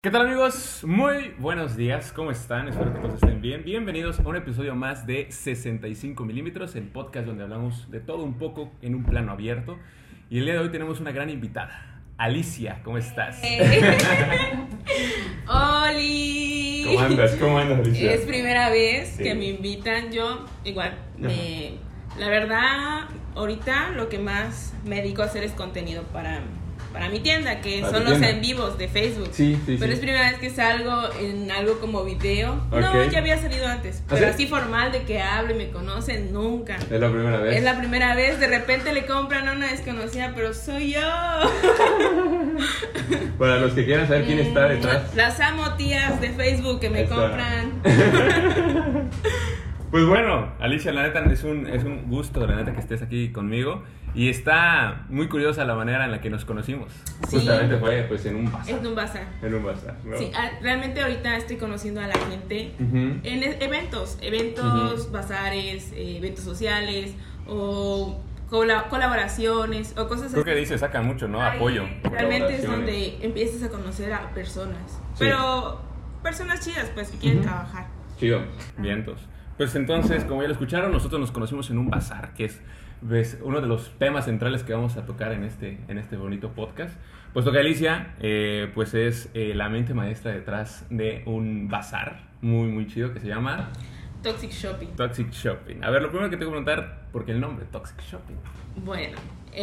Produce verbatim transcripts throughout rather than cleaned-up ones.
¿Qué tal, amigos? Muy buenos días, ¿cómo están? Espero que todos estén bien. Bienvenidos a un episodio más de sesenta y cinco milímetros, el podcast donde hablamos de todo un poco en un plano abierto. Y el día de hoy tenemos una gran invitada, Alicia, ¿cómo estás? ¡Holi! ¿Cómo andas? ¿Cómo andas, Alicia? Es primera vez Sí. que me invitan. Yo, igual, me, la verdad, ahorita lo que más me dedico a hacer es contenido para... para mi tienda, que ¿Para son tu los tienda? en vivos de Facebook. Sí, sí, Pero sí. es primera vez que salgo en algo como video. Ok. No, ya había salido antes. ¿Ah, Pero sí? así formal de que hable y me conocen, nunca. Es la primera vez. Es la primera vez, de repente le compran a una desconocida, pero soy yo. Para los que quieran saber quién está detrás. Las amo, tías de Facebook que me Está. compran. Pues bueno, Alicia, la neta es un, es un gusto, la neta, que estés aquí conmigo. Y está muy curiosa la manera en la que nos conocimos. Sí. Justamente fue pues en un bazar. Es un bazar. En un bazar, ¿no? Sí, a- realmente ahorita estoy conociendo a la gente Ujú. en e- eventos, eventos, Ujú. bazares, eh, eventos sociales o cola- colaboraciones o cosas Creo así. que dice, saca mucho, ¿no? Ahí Apoyo. Realmente es colaboraciones. donde empiezas a conocer a personas, Sí. pero personas chidas, pues, que quieren Ujú. trabajar. Chido, vientos. Pues entonces, como ya lo escucharon, nosotros nos conocimos en un bazar, que es pues, uno de los temas centrales que vamos a tocar en este, en este bonito podcast. Puesto que Alicia, eh, pues es eh, la mente maestra detrás de un bazar muy, muy chido que se llama Toxic Shopping. Toxic Shopping. A ver, lo primero que tengo que preguntar, ¿por qué el nombre Toxic Shopping? Bueno,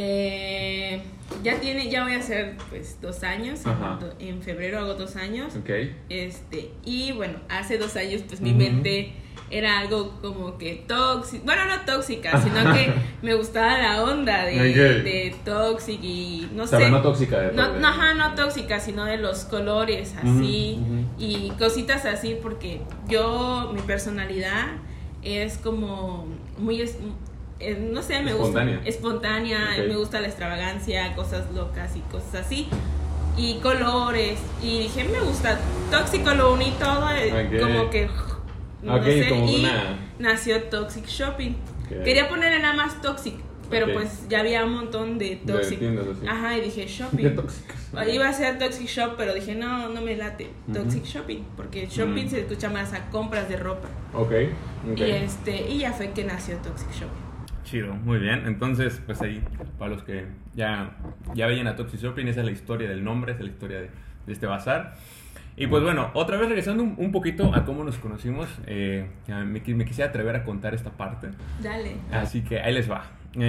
eh, ya tiene, ya voy a hacer pues dos años, Ajá. en, en febrero hago dos años. Ok. Este, y bueno, hace dos años pues mi Ujú. mente era algo como que tóxica, bueno, no tóxica, sino que me gustaba la onda de, Ok. de toxic y no O sea, sé. no tóxica de No, todo. no, ajá, no tóxica, sino de los colores así Ujú, ujú. y cositas así, porque yo, mi personalidad es como muy, es- eh, no sé, me Espontánea. gusta, espontánea, Ok. me gusta la extravagancia, cosas locas y cosas así. Y colores, y dije, me gusta tóxico, lo uní todo, eh, Ok. como que, no Ok, sé, como y una- nació Toxic Shopping. Ok. Quería ponerle nada más Toxic, pero Ok. pues ya había un montón de De Toxic. tiendas así. Ajá, y dije Shopping. De tóxicas. Iba a ser Toxic Shop, pero dije, no, no me late Toxic Shopping, porque shopping Mm. se escucha más a compras de ropa. Ok, ok. Y este y ya fue que nació Toxic Shopping. Chido, muy bien. Entonces, pues ahí, para los que ya, ya veían a Toxic Shopping, esa es la historia del nombre, esa es la historia de, de este bazar. Y pues bueno, otra vez regresando un, un poquito a cómo nos conocimos, eh, ya me, qui- me quisiera atrever a contar esta parte. Dale. Así que ahí les va.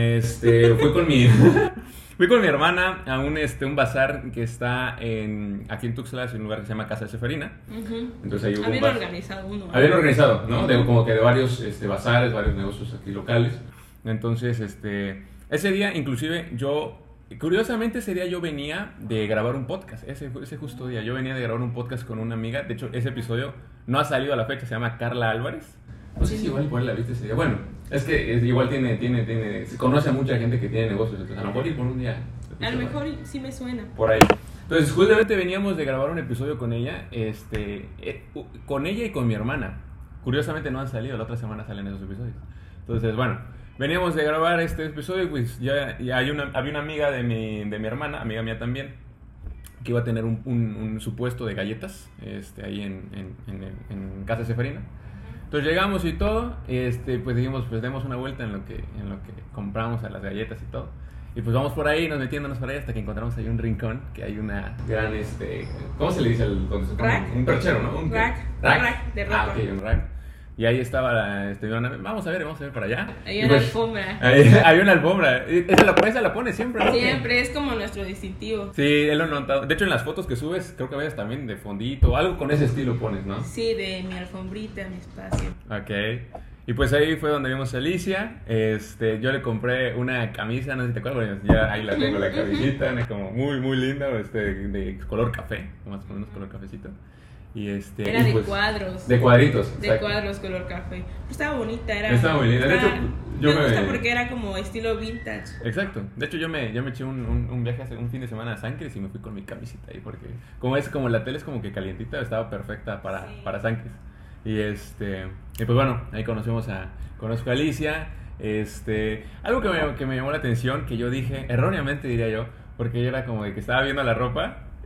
Este, fui con mi fui con mi hermana a un este un bazar que está en aquí en Tuxtla, es un lugar que se llama Casa de Seferina. Ujú. Entonces ahí hubo un Habían bar- organizado uno. Habían organizado, ¿no? De, como que de varios este, bazares, varios negocios aquí locales. Entonces, este, ese día, inclusive, yo, curiosamente, ese día yo venía de grabar un podcast. Ese, ese justo día, yo venía de grabar un podcast con una amiga. De hecho, ese episodio no ha salido a la fecha, se llama Carla Álvarez. No sé Sí. si igual, igual la viste ese día. Bueno, es que es- igual tiene, tiene, tiene, se conoce a mucha gente que tiene negocios. Entonces, a lo mejor y por un día. A lo mejor sí me suena. Por ahí. Entonces, justamente veníamos de grabar un episodio con ella, este, eh, u- con ella y con mi hermana. Curiosamente no han salido, la otra semana salen esos episodios. Entonces, bueno, veníamos de grabar este episodio y pues ya, ya hay una, había una amiga de mi, de mi hermana, amiga mía también, que iba a tener un, un, un supuesto de galletas este, ahí en, en, en, en Casa Seferina. Entonces llegamos y todo, este, pues dijimos, pues demos una vuelta en lo que, en lo que compramos a las galletas y todo. Y pues vamos por ahí, nos metiéndonos por ahí hasta que encontramos ahí un rincón, que hay una gran, este, ¿cómo se le dice al donde se pone? Rack. Un perchero, ¿no? Un Rack. Rack de ropa. Ah, ok, un rack. Y ahí estaba, la, este, una- vamos a ver, vamos a ver para allá. Hay Y una pues, alfombra. ahí- había una alfombra. Esa la, esa la pone siempre, ¿no? Siempre es como nuestro distintivo. Sí, él lo ha notado. De hecho, en las fotos que subes, creo que ves también de fondito, algo con ese estilo pones, ¿no? Sí, de mi alfombrita, mi espacio. Ok. Y pues ahí fue donde vimos a Alicia. Este, yo le compré una camisa, no sé si te acuerdas, bueno, ya ahí la tengo, la camisita, ¿no? Como muy, muy linda, este, de color café, más o menos color cafecito. Y este, Era y de pues, cuadros. De cuadritos. De exacto. cuadros color café. Pero estaba bonita, era. Estaba muy linda. De hecho, estaba- yo me me- gusta porque era como estilo vintage. Exacto. De hecho, yo me, yo me eché un, un, un viaje hace un fin de semana a San Cris y me fui con mi camisita ahí porque como es como la tele es como que calientita, estaba perfecta para, Sí. para San Cris. Y este, y pues bueno, ahí conocimos a, conozco a Alicia. Este, algo que me, que me llamó la atención, que yo dije, erróneamente diría yo, porque yo era como de que estaba viendo la ropa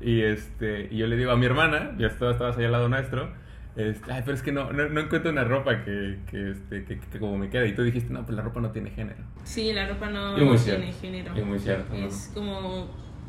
Y, este, y yo le digo a mi hermana, ya estabas ahí al lado nuestro, este, ay, pero es que no, no, no encuentro una ropa que, que, este, que, que como me queda. Y tú dijiste, no, pues la ropa no tiene género. Sí, la ropa no, no tiene género. Es muy cierto. Es ¿no? como,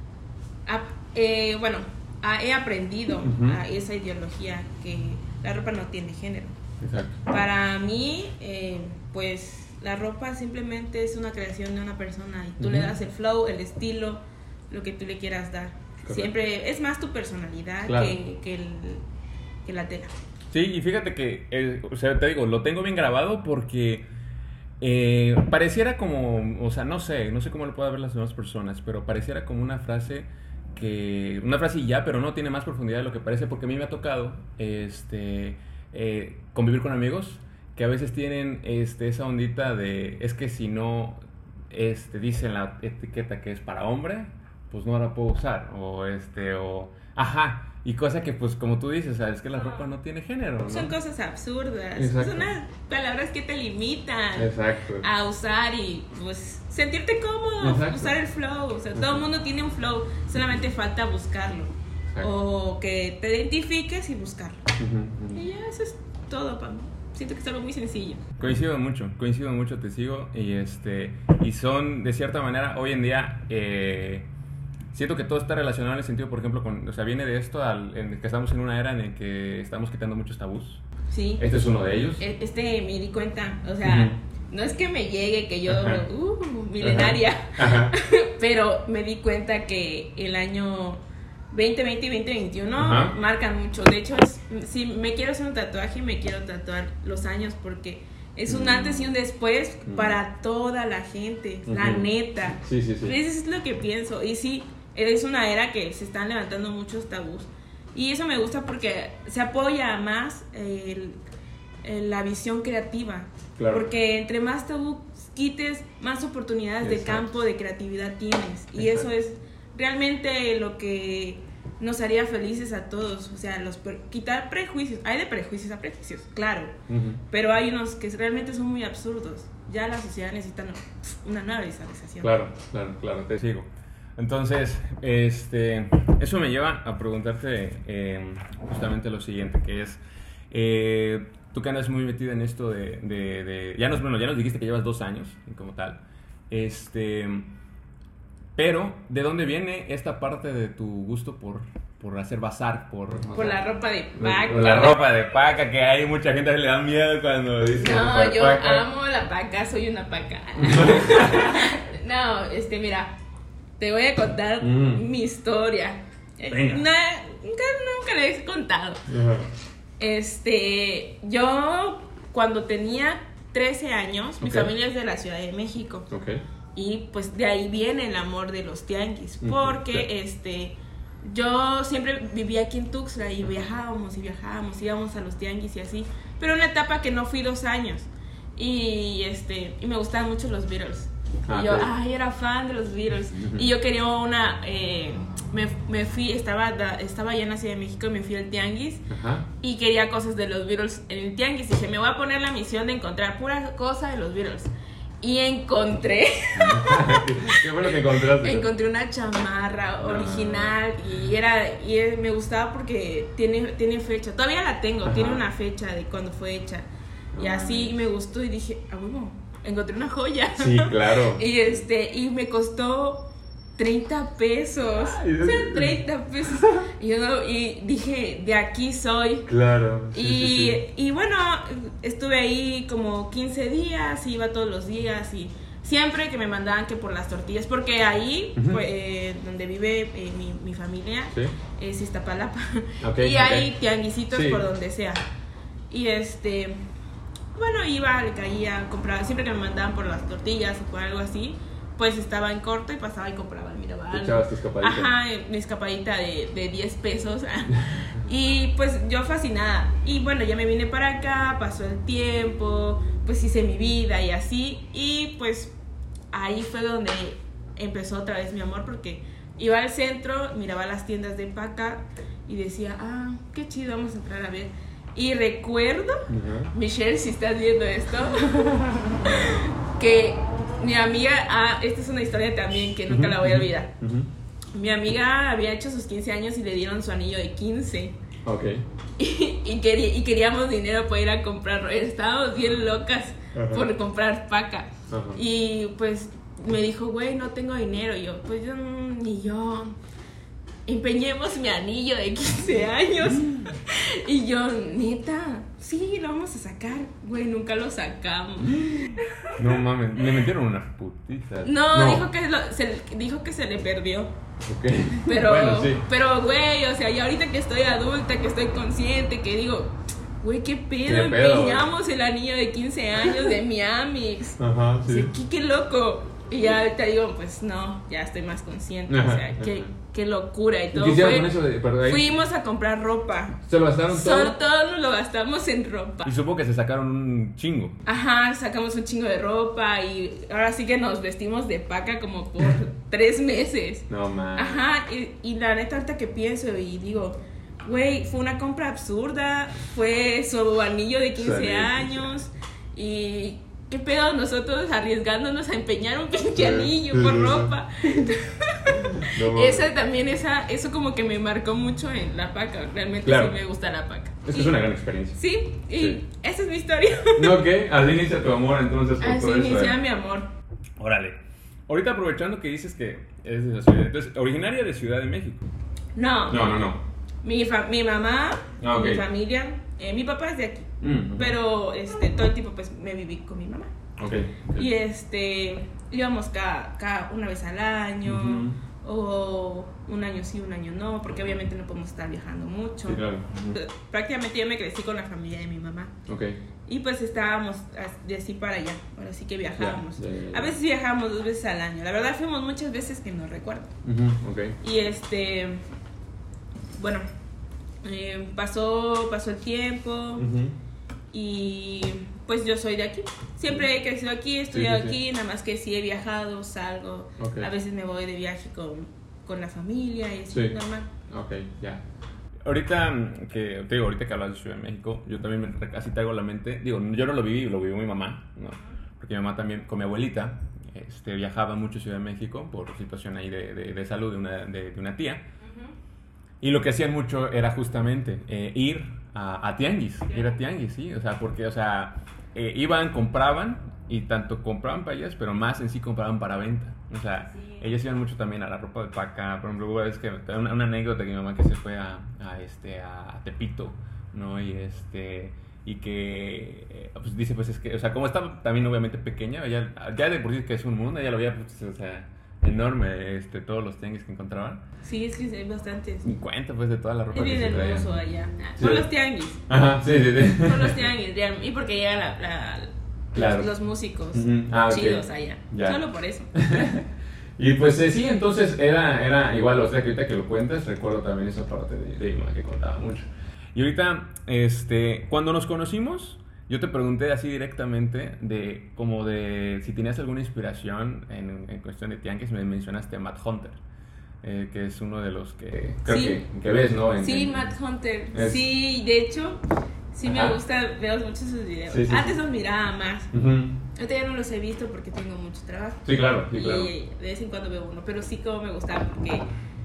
eh, bueno, he aprendido uh-huh. a esa ideología que la ropa no tiene género. Exacto. Para mí, eh, pues la ropa simplemente es una creación de una persona y tú uh-huh. le das el flow, el estilo, lo que tú le quieras dar. Correcto. Siempre es más tu personalidad claro. que, que, el, que la tela. Sí, y fíjate que, el, o sea, te digo, lo tengo bien grabado porque eh, pareciera como, o sea, no sé, no sé cómo lo pueden ver las demás personas, pero pareciera como una frase que, una frase y ya, pero no tiene más profundidad de lo que parece, porque a mí me ha tocado, este, eh, convivir con amigos que a veces tienen, este, esa ondita de, es que si no, este, dice en la etiqueta que es para hombre, pues no la puedo usar, o este, o, ajá. Y cosa que, pues, como tú dices, ¿sabes? Que la ropa no tiene género, ¿no? Son cosas absurdas. Exacto. Son unas palabras que te limitan Exacto. a usar y, pues, sentirte cómodo, Exacto. usar el flow. O sea, Exacto. todo el mundo tiene un flow, solamente falta buscarlo. Exacto. O que te identifiques y buscarlo. Uh-huh, uh-huh. Y ya, eso es todo, Pam. Siento que es algo muy sencillo. Coincido mucho, coincido mucho, te sigo. Y, este, y son, de cierta manera, hoy en día... Eh, siento que todo está relacionado en el sentido, por ejemplo, con, o sea, viene de esto al, en que estamos en una era en la que estamos quitando muchos tabús. Sí. Este es uno de ellos. Este me di cuenta, o sea, uh-huh. no es que me llegue, que yo, Ajá. uh, milenaria, Ajá. Ajá. pero me di cuenta que el año veinte veinte y veinte veintiuno Ajá. marcan mucho. De hecho, es, si me quiero hacer un tatuaje, me quiero tatuar los años porque... es un antes y un después uh-huh. para toda la gente, uh-huh. la neta. Sí, sí, sí. Eso es lo que pienso. Y sí, es una era que se están levantando muchos tabús. Y eso me gusta porque se apoya más el, el, la visión creativa. Claro. Porque entre más tabú quites, más oportunidades Exacto. de campo, de creatividad tienes. Y Exacto. eso es realmente lo que nos haría felices a todos. O sea, los quitar prejuicios. Hay de prejuicios a prejuicios, claro. Uh-huh. Pero hay unos que realmente son muy absurdos. Ya la sociedad necesita una nueva visualización. Claro, claro, claro, te sigo. Entonces, este, eso me lleva a preguntarte eh, justamente lo siguiente, que es, eh, tú que andas muy metida en esto de, de, de ya nos, bueno, ya nos dijiste que llevas dos años como tal, este, pero ¿de dónde viene esta parte de tu gusto por, por hacer bazar? Por, por sea, la ropa de paca. Por la ropa de paca, que hay mucha gente que le da miedo cuando dice no, yo paca. amo la paca, soy una paca. No, este, mira... te voy a contar mm. mi historia. Venga. Na, nunca, nunca la he contado. Uh-huh. Este, yo cuando tenía trece años, okay. mi familia es de la Ciudad de México. Okay. Y pues de ahí viene el amor de los tianguis. Uh-huh. Porque sí. este, yo siempre vivía aquí en Tuxtla y viajábamos y viajábamos, íbamos a los tianguis y así. Pero una etapa que no fui dos años. Y este, y me gustaban mucho los Beatles. Ah, y yo, okay. ay, era fan de los Beatles. Uh-huh. Y yo quería una. Eh, me, me fui, estaba, estaba allá en la Ciudad de México y me fui al tianguis. Uh-huh. Y quería cosas de los Beatles en el tianguis. Y dije, me voy a poner la misión de encontrar pura cosa de los Beatles. Y encontré. ¿Qué fue lo que encontraste? Encontré una chamarra original. Uh-huh. Y era y me gustaba porque tiene, tiene fecha. Todavía la tengo, uh-huh. tiene una fecha de cuando fue hecha. Y así me gustó y dije, ah, bueno. Encontré una joya. Sí, claro. Y este, y me costó treinta pesos. Ay, o sea, treinta pesos. Y yo y dije, de aquí soy. Claro. Sí, y, sí, sí. y bueno, estuve ahí como quince días, iba todos los días y siempre que me mandaban que por las tortillas, porque ahí, uh-huh. pues, eh, donde vive eh, mi, mi familia, ¿sí? Es Iztapalapa. Okay, y okay. hay tianguisitos sí. por donde sea. Y este... bueno, iba, le caía, compraba, siempre que me mandaban por las tortillas o por algo así, pues estaba en corto y pasaba y compraba el Mirabal. ¿Te echabas tu escapadita? Ajá, mi escapadita de, de diez pesos. Y pues yo fascinada. Y bueno, ya me vine para acá, pasó el tiempo, pues hice mi vida y así. Y pues ahí fue donde empezó otra vez mi amor, porque iba al centro, miraba las tiendas de paca y decía, ah, qué chido, vamos a entrar a ver. Y recuerdo, uh-huh. Michelle, si estás viendo esto, que mi amiga, ah, esta es una historia también que nunca uh-huh, la voy a olvidar. Uh-huh. mi amiga había hecho sus quince años y le dieron su anillo de quince. Ok. Y, y, querí, y queríamos dinero para ir a comprar. Estábamos bien locas Ajá. por comprar paca. Ajá. Y pues me dijo, güey, no tengo dinero. Y yo, pues yo, ni yo. Empeñemos mi anillo de quince años. Y yo, neta, sí, lo vamos a sacar. Güey, nunca lo sacamos. No mames, me metieron unas putizas. No, no. Dijo, que lo, se, dijo que se le perdió. Okay. Pero, bueno, sí. pero, güey, o sea, ya ahorita que estoy adulta, que estoy consciente, que digo, güey, ¿qué pedo? ¿Qué pedo Empeñamos el anillo de quince años de mi Amix. Ajá, sí. O sea, ¿qué, qué loco. Y ya ahorita digo, pues no, ya estoy más consciente. Ajá, o sea, qué, qué locura y todo. ¿Y fue, con eso de, perdón, fuimos a comprar ropa. ¿Se lo gastaron todo? Solo todos nos lo gastamos en ropa. Y supongo que se sacaron un chingo. Ajá, sacamos un chingo de ropa y ahora sí que nos vestimos de paca como por tres meses. No mames. Ajá, y, y la neta ahorita que pienso y digo, güey, fue una compra absurda, fue su anillo de quince Salí. años y... ¿Qué pedo nosotros arriesgándonos a empeñar un pinche anillo por ropa? No, esa también, esa, eso como que me marcó mucho en la paca. Realmente claro. sí me gusta la paca. Es que es una gran experiencia. Sí, y sí. esa es mi historia. No, ok, así inicia tu amor entonces. Por así todo inicia eso, mi amor. Órale. Ahorita aprovechando que dices que es de la ciudad, entonces, originaria de Ciudad de México. No. No, no, no. Mi, fa- mi mamá, ah, okay. mi familia, eh, mi papá es de aquí. Mm, pero este todo el tiempo pues me viví con mi mamá. Okay, okay. Y este íbamos cada, cada una vez al año uh-huh. o un año sí, un año no, porque obviamente no podemos estar viajando mucho. Sí, claro. Uh-huh. Prácticamente yo me crecí con la familia de mi mamá. Okay. Y pues estábamos de así para allá, ahora sí que viajábamos. Yeah, yeah, yeah. A veces viajábamos dos veces al año. La verdad fuimos muchas veces que no recuerdo. Uh-huh. Okay. Y este bueno, eh, pasó pasó el tiempo. Uh-huh. Y pues yo soy de aquí. Siempre he crecido aquí, he estudiado sí, sí, aquí, sí. Nada más que sí he viajado, salgo. Okay. A veces me voy de viaje con, con la familia y eso sí. es normal. Ok, ya. Yeah. Ahorita que te digo, ahorita que hablas de Ciudad de México, yo también me, casi traigo a la mente. Digo, yo no lo viví, lo vivió mi mamá, ¿no? Porque mi mamá también, con mi abuelita, este, viajaba mucho a Ciudad de México por situación ahí de, de, de salud de una, de, de una tía. Uh-huh. Y lo que hacían mucho era justamente eh, ir A, a tianguis, ir a tianguis, sí, o sea, porque, o sea, eh, iban, compraban, y tanto compraban para ellas, pero más en sí compraban para venta, o sea, sí. ellas iban mucho también a la ropa de paca, por ejemplo, es que una, una anécdota que mi mamá que se fue a, a este, a Tepito, ¿no? Y este, y que, eh, pues dice, pues es que, o sea, como está también obviamente pequeña, ella, ya de por sí que es un mundo, ella lo veía, pues, o sea, enorme, este, todos los tianguis que encontraban. Sí, es que hay bastantes. cincuenta pues de toda la ropa. Es bien hermoso allá. Sí. Por los tianguis. Ajá, sí, sí, sí. Por los tianguis, y porque llegan la, la, claro. los, los músicos uh-huh. ah, chidos okay. allá. Ya. Solo por eso. Y pues eh, sí, entonces era, era igual, o sea, que ahorita que lo cuentas, recuerdo también esa parte de, de Ima que contaba mucho. Y ahorita, este, cuando nos conocimos, yo te pregunté así directamente de como de si tenías alguna inspiración en, en cuestión de tianguis, me mencionaste a Matt Hunter, eh, que es uno de los que creo sí. que, que ves, ¿no? En, sí, en, Matt Hunter. Es... Sí, de hecho, sí Ajá. me gusta, veo mucho sus videos. Sí, sí, Antes sí. los miraba más. Uh-huh. Ahorita ya no los he visto porque tengo mucho trabajo. Sí, claro, sí, claro. Y de vez en cuando veo uno, pero sí como me gustaba porque...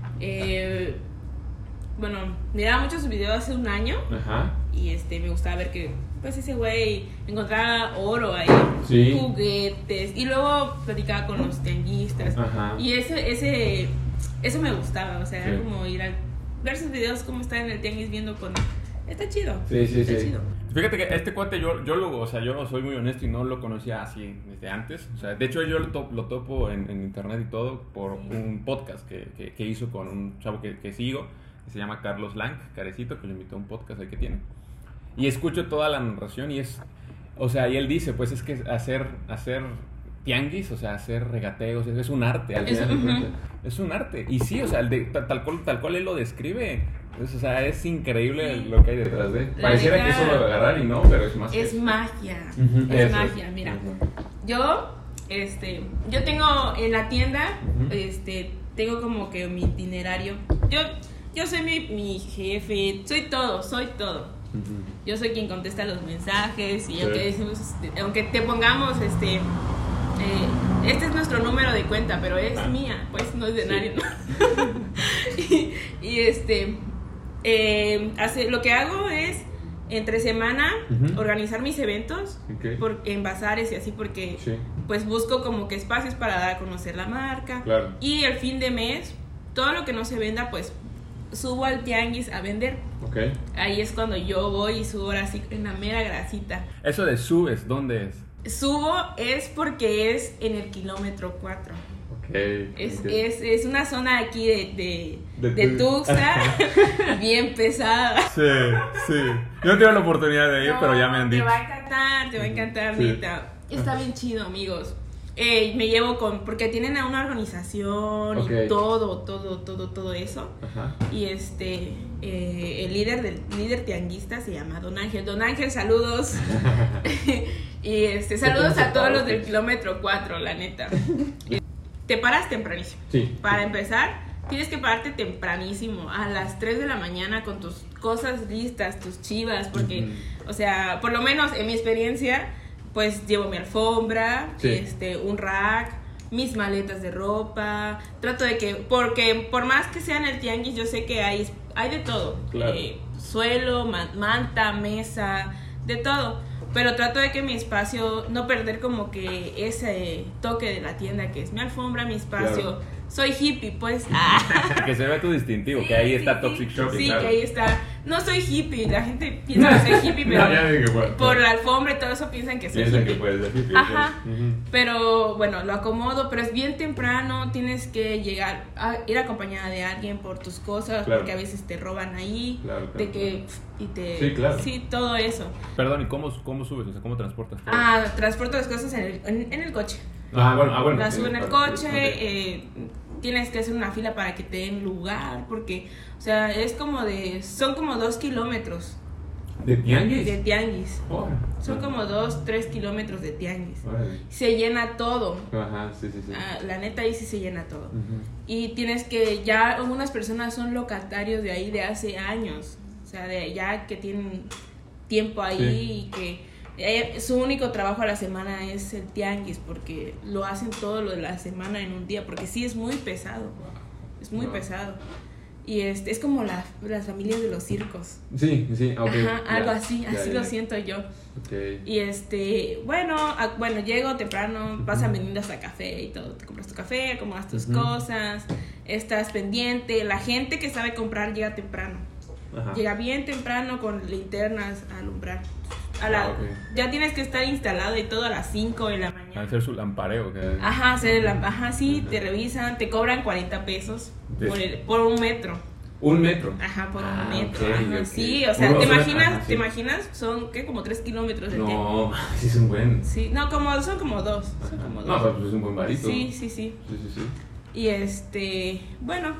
Eh, bueno, miraba mucho sus videos hace un año. Ajá. Y este, me gustaba ver que pues ese güey encontraba oro ahí, sí. juguetes, y luego platicaba con los tianguistas. Ajá. Y ese, ese, eso me gustaba, o sea, sí. era como ir a ver sus videos, cómo está en el tianguis viendo con... Está chido. Sí, sí, está sí. chido. Fíjate que este cuate yo, yo lo, o sea, yo soy muy honesto y no lo conocía así desde antes. O sea, de hecho yo lo, top, lo topo en, en internet y todo por un podcast que, que, que hizo con un chavo que, que sigo, que se llama Carlos Lang, Carecito, que lo invitó a un podcast ahí que tiene. Y escucho toda la narración y es, o sea, y él dice, pues es que hacer, hacer tianguis, o sea, hacer regateos, es, es un arte, al final uh-huh. de cuentas, es un arte. Y sí, o sea, el de, tal, tal, cual, tal cual él lo describe, es, o sea, es increíble sí. lo que hay detrás de él. Pareciera verdad, que eso lo de agarrar y no, pero es más. Es magia, uh-huh. es eso. magia, mira. Uh-huh. Yo, este, yo tengo en la tienda, uh-huh. este, tengo como que mi itinerario. Yo, yo soy mi, mi jefe, soy todo, soy todo. Uh-huh. Yo soy quien contesta los mensajes y sí. aunque, decimos, aunque te pongamos este eh, este es nuestro número de cuenta, pero es ah. mía, pues no es de sí. nadie, ¿no? Y este, eh, hace, lo que hago es, entre semana, uh-huh. organizar mis eventos okay. por, en bazares y así, porque sí. pues busco como que espacios para dar a conocer la marca. Claro. Y el fin de mes, todo lo que no se venda, pues subo al tianguis a vender. Okay. Ahí es cuando yo voy y subo ahora sí en la mera grasita. Eso de subes, ¿dónde es? Subo es porque es en el kilómetro cuatro. Okay, es, okay. es, es una zona aquí de, de, de, de Tuxtla bien pesada. Sí, sí. Yo no tengo la oportunidad de ir, no, pero ya me han dicho. Te va a encantar, te va a encantar, sí. neta. Está bien chido, amigos. Eh, me llevo con, porque tienen a una organización okay. y todo, todo, todo, todo eso. Ajá. Y este, eh, el líder del líder tianguista se llama Don Ángel. Don Ángel, saludos. Y este, saludos a todos los del kilómetro cuatro, la neta. Te paras tempranísimo. Sí. Para empezar, tienes que pararte tempranísimo, a las tres de la mañana con tus cosas listas, tus chivas, porque, uh-huh. o sea, por lo menos en mi experiencia, pues llevo mi alfombra, sí. este, un rack, mis maletas de ropa, trato de que, porque por más que sea en el tianguis, yo sé que hay, hay de todo, claro. eh, suelo, man, manta, mesa, de todo. Pero trato de que mi espacio, no perder como que ese toque de la tienda que es mi alfombra, mi espacio. Claro. Soy hippie, pues. Ah. Que se ve tu distintivo, sí, que ahí está sí, Toxic Shopping. Sí, claro. que ahí está. No soy hippie, la gente piensa que soy hippie, pero no, ya dije, bueno, por no. la alfombra y todo eso piensan que soy piensan hippie. que puedes ser hippie. Ajá. Uh-huh. Pero bueno, lo acomodo, pero es bien temprano, tienes que llegar, a ir acompañada de alguien por tus cosas, claro. porque a veces te roban ahí, claro, claro, de que claro. y te sí, claro. sí, todo eso. Perdón, ¿y cómo, cómo subes? O sea, ¿cómo transportas todo? Ah, transporto las cosas en el, en, en el coche. Ah, bueno, ah, bueno. Las subo en el claro, coche, okay. eh, tienes que hacer una fila para que te den lugar, porque, o sea, es como de, son como dos kilómetros. ¿De tianguis? De tianguis. Oh, son oh. como dos, tres kilómetros de tianguis. Oh. Se llena todo. Ajá, sí, sí, sí. Ah, la neta ahí sí se llena todo. Uh-huh. Y tienes que, ya algunas personas son locatarios de ahí de hace años. O sea, de ya que tienen tiempo ahí sí. y que eh, su único trabajo a la semana es el tianguis, porque lo hacen todo lo de la semana en un día, porque sí es muy pesado. Es muy wow. pesado. Y este, es como la, las familias de los circos. Sí, sí, okay. Ajá, algo yeah, así, yeah, así yeah. lo siento yo. Okay. Y este, bueno, a, bueno, llego temprano, uh-huh. vas a venir hasta café y todo, te compras tu café, acomodas tus uh-huh. cosas, estás pendiente, la gente que sabe comprar llega temprano. Ajá. Llega bien temprano con linternas a alumbrar. A la, ah, okay. Ya tienes que estar instalado y todo a las cinco de la mañana. Hacer su lampareo. Que... Ajá, hacer el Ajá, sí, uh-huh. te revisan, te cobran cuarenta pesos por, el, por un metro. ¿Un metro? Ajá, por ah, un metro. Okay, Ajá, okay. Sí, o sea, ¿te imaginas? Ajá, sí. ¿Te imaginas? Son, ¿qué? Como tres kilómetros de No, sí es un buen. Sí, no, como, son como dos. Son como dos. No, pues es un buen varito. Sí, sí, sí. Sí, sí, sí. Y este, bueno,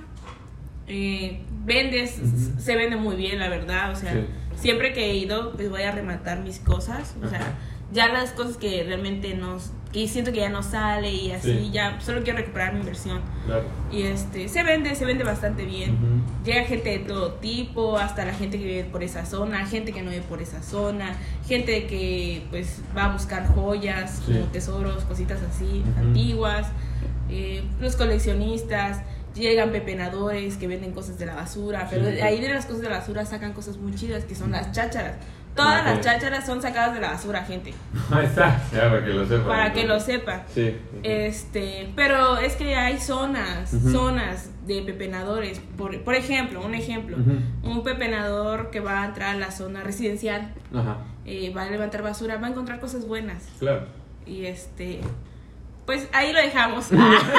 eh, vendes, uh-huh. se vende muy bien, la verdad, o sea, sí. siempre que he ido, pues voy a rematar mis cosas, o uh-huh. sea, ya las cosas que realmente no, que siento que ya no sale y así, sí. ya solo quiero recuperar mi inversión. Claro. Y este, se vende, se vende bastante bien. Uh-huh. Llega gente de todo tipo, hasta la gente que vive por esa zona, gente que no vive por esa zona, gente que pues va a buscar joyas, sí. como tesoros, cositas así, uh-huh. antiguas, eh, los coleccionistas. Llegan pepenadores que venden cosas de la basura, pero sí. ahí de las cosas de la basura sacan cosas muy chidas, que son las chácharas. Todas okay. las chácharas son sacadas de la basura, gente. Ahí está, ya, para que lo sepan. Para que lo sepan. Sí. Este, pero es que hay zonas, uh-huh. zonas de pepenadores. Por, por ejemplo, un ejemplo, uh-huh. un pepenador que va a entrar a la zona residencial, uh-huh. eh, va a levantar basura, va a encontrar cosas buenas. Claro. Y este... pues ahí lo dejamos.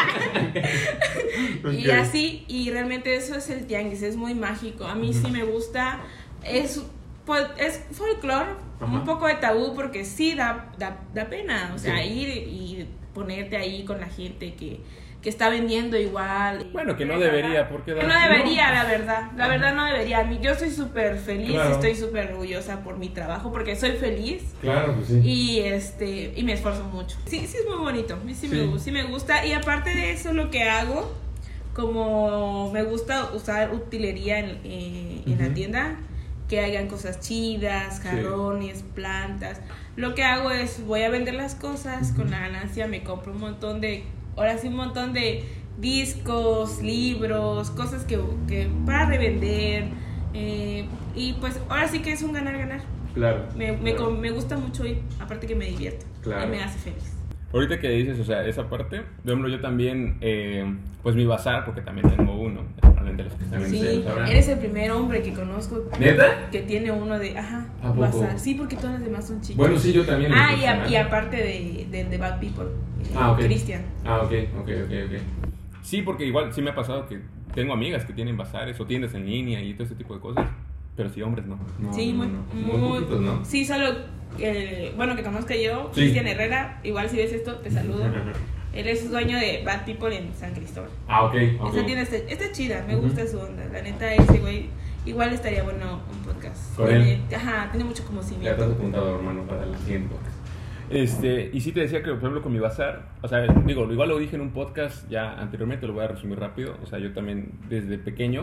Okay. Y así, y realmente eso es el tianguis, es muy mágico. A mí uh-huh. sí me gusta, es, pues, es folclore, uh-huh. un poco de tabú, porque sí da, da, da pena, o sea, sí. ir y ponerte ahí con la gente que, que está vendiendo igual. Bueno, que no debería, porque que no debería, no. la verdad, la verdad no debería. Yo soy súper feliz, claro. estoy súper orgullosa por mi trabajo, porque soy feliz. Claro, pues sí. Y este, y me esfuerzo mucho. Sí, sí es muy bonito, sí, sí. Me, sí me gusta. Y aparte de eso, lo que hago, como me gusta usar utilería en, eh, en uh-huh. la tienda, que hagan cosas chidas, jarrones, sí. plantas. Lo que hago es, voy a vender las cosas, uh-huh. con la ganancia me compro un montón de, ahora sí un montón de, discos, libros, cosas que, que para revender. Eh, y pues ahora sí que es un ganar-ganar. Claro. Me, me, claro. me gusta mucho ir, aparte que me divierto. Claro. Y me hace feliz. Ahorita que dices, o sea, esa parte, por ejemplo, yo también, eh, pues mi bazar, porque también tengo uno, probablemente los que están en Sí, el sabrán. eres el primer hombre que conozco. ¿Neta? Que tiene uno de, ajá, ¿A poco? bazar. Sí, porque todas las demás son chicas. Bueno, sí, yo también. Ah, y, a, y aparte de, de, de Bad People, eh, Ah, ok. Cristian. Ah, ok, ok, ok, ok. Sí, porque igual sí me ha pasado que tengo amigas que tienen bazares o tiendas en línea y todo ese tipo de cosas, pero sí hombres no. no Sí, muy, no, no. muy, muy poquitos, ¿no? Sí, solo, eh, bueno, que conozca yo, Sí. Cristian Herrera, igual si ves esto, te saludo. Él es dueño de Bad People en San Cristóbal. Ah, ok, ok. Esa tienda está, está chida, me Ujú. gusta su onda. La neta, ese güey, igual estaría bueno un podcast. ¿Con Tiene, él? ajá, tiene mucho Ya conocimiento. estás apuntado, hermano, para el siguiente podcast. Este, y sí te decía que, por ejemplo, con mi bazar, o sea, digo, igual lo dije en un podcast ya anteriormente, lo voy a resumir rápido. O sea, yo también desde pequeño,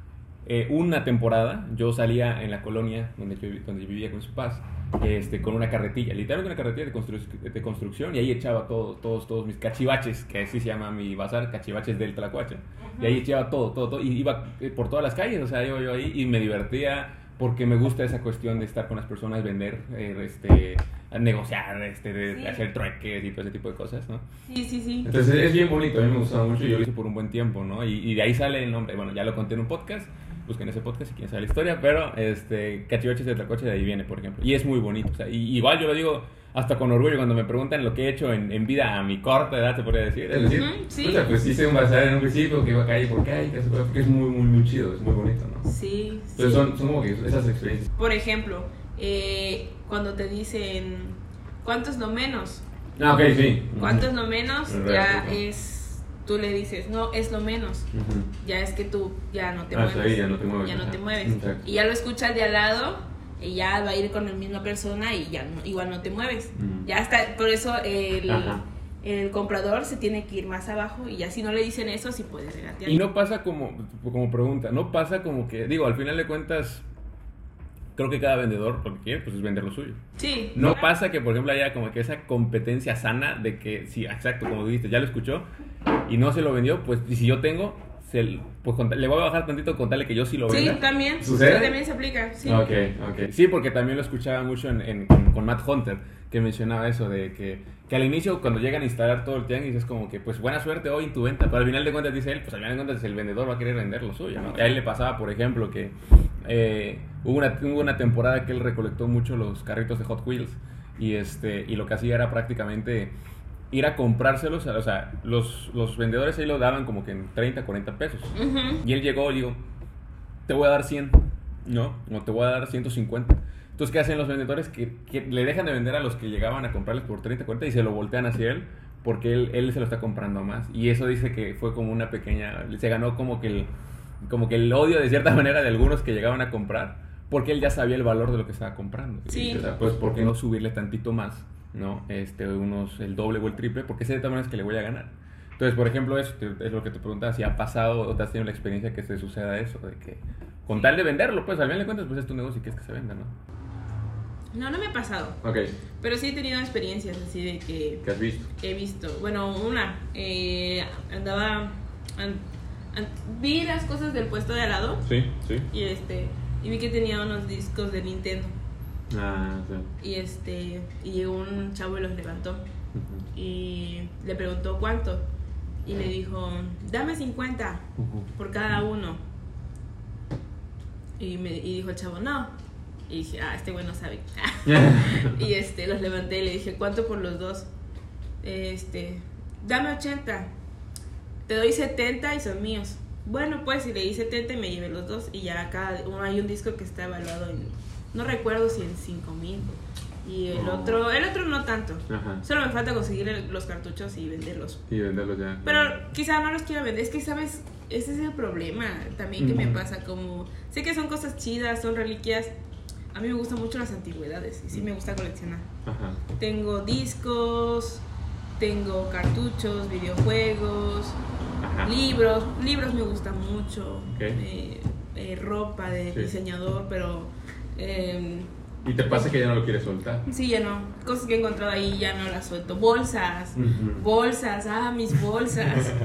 eh, una temporada, yo salía en la colonia donde yo, donde yo vivía con sus papás, este, con una carretilla, literalmente una carretilla de, constru- de construcción, y ahí echaba todo, todos, todos mis cachivaches, que así se llama mi bazar, cachivaches del Tlacuache. Y ahí echaba todo, todo, todo, y iba eh, por todas las calles, o sea, yo, yo ahí, y me divertía porque me gusta esa cuestión de estar con las personas, vender, eh, este, negociar, este, de, Sí. hacer trueques y todo ese tipo de cosas, ¿no? Sí, sí, sí. Entonces es bien bonito, a mí me gustaba mucho y yo lo hice por un buen tiempo, ¿no? Y, y de ahí sale el nombre, bueno, ya lo conté en un podcast, busquen ese podcast si quieren saber la historia, pero este, Cachivaches de Tlacuache de ahí viene, por ejemplo, y es muy bonito, o sea, y, igual yo lo digo hasta con orgullo cuando me preguntan lo que he hecho en, en vida a mi corta edad, se podría decir, es decir, Ujú, sí. puta, pues hice un bazar en un principio que iba calle por calle, que eso, porque es muy, muy, muy chido, es muy bonito, ¿no? Sí, Entonces sí. son, son como que esas experiencias. Por ejemplo, eh, cuando te dicen, ¿cuánto es lo menos? Ah, ok, sí. ¿Cuánto es lo menos? Es Ya real, ¿no? es, tú le dices, no, es lo menos. Ujú. Ya es que tú ya no te Ah, mueves. sí, ya no te mueves, Ya no te ajá. mueves. Exacto. Y ya lo escuchas de al lado y ya va a ir con la misma persona y ya no- igual no te mueves. Mm. Ya está, por eso el, Ajá. el comprador se tiene que ir más abajo y ya si no le dicen eso, sí puede regatear. Y no pasa como, como pregunta, no pasa como que, digo, al final de cuentas, creo que cada vendedor lo que quiere, pues es vender lo suyo. Sí. No pasa que, por ejemplo, haya como que esa competencia sana de que, sí, exacto, como dijiste, ya lo escuchó y no se lo vendió, pues, y si yo tengo, se, pues con- le voy a bajar tantito con tal de que yo sí lo Sí, venda. también. ¿Sucede? Sí, también se aplica. Sí. Ok, ok. Sí, porque también lo escuchaba mucho en, en- con, con Matt Hunter, que mencionaba eso de que, que al inicio cuando llegan a instalar todo el tianguis es como que, pues buena suerte hoy en tu venta, pero al final de cuentas dice él, pues al final de cuentas el vendedor va a querer vender lo suyo, ¿no? Y a él le pasaba, por ejemplo, que eh, hubo, una, hubo una temporada que él recolectó mucho los carritos de Hot Wheels y, este, y lo que hacía era prácticamente ir a comprárselos, o sea, los, los vendedores ahí lo daban como que en treinta, cuarenta pesos. Ujú. Y él llegó y dijo, te voy a dar cien, ¿no? O te voy a dar ciento cincuenta. Entonces, ¿qué hacen los vendedores? Que, que le dejan de vender a los que llegaban a comprarles por treinta, cuarenta y se lo voltean hacia él porque él, él se lo está comprando más. Y eso dice que fue como una pequeña... Se ganó como que el, como que el odio de cierta manera de algunos que llegaban a comprar porque él ya sabía el valor de lo que estaba comprando. Sí. Y, o sea, pues, ¿por qué no subirle tantito más? ¿No? Este, unos, el doble o el triple, porque sé de todas maneras que le voy a ganar. Entonces, por ejemplo, eso te- es lo que te preguntaba, si ha pasado o te has tenido la experiencia que se suceda eso, de que con tal de venderlo, pues al final de cuentas, pues es tu negocio y quieres que se venda, ¿no? No, no me ha pasado. Ok, Pero sí he tenido experiencias así de que ¿qué has visto? he visto. Bueno, una, eh, andaba. an- an- vi las cosas del puesto de al lado Sí, sí. y este. Y vi que tenía unos discos de Nintendo. Ah, sí. Y este. Y llegó un chavo y los levantó. Ujú. Y le preguntó cuánto. Y le dijo, dame cincuenta Ujú. por cada uno. Y, me, y dijo el chavo, no. Y dije, ah, este güey no sabe. Y este, los levanté y le dije, ¿cuánto por los dos? Este, dame ochenta. Te doy setenta y son míos. Bueno, pues, y le di setenta y me llevé los dos. Y ya cada uno hay un disco que está evaluado en, no recuerdo si en cinco mil. Y el Oh. otro, el otro no tanto. Ajá. Solo me falta conseguir el- los cartuchos y venderlos. Y venderlos ya. Pero quizá no los quiera vender. Es que, ¿sabes? Ese es el problema también que me Ujú. pasa. Como, sé que son cosas chidas, son reliquias. A mí me gustan mucho las antigüedades y sí me gusta coleccionar. Ajá. Tengo discos, tengo cartuchos, videojuegos, Ajá. libros. Libros me gustan mucho. Ok. Eh, eh, ropa de Sí. diseñador, pero... eh, Y te pasa que ya no lo quieres soltar. sí, ya no. Cosas que he encontrado ahí ya no las suelto. Bolsas. Ujú. Bolsas, ah, mis bolsas.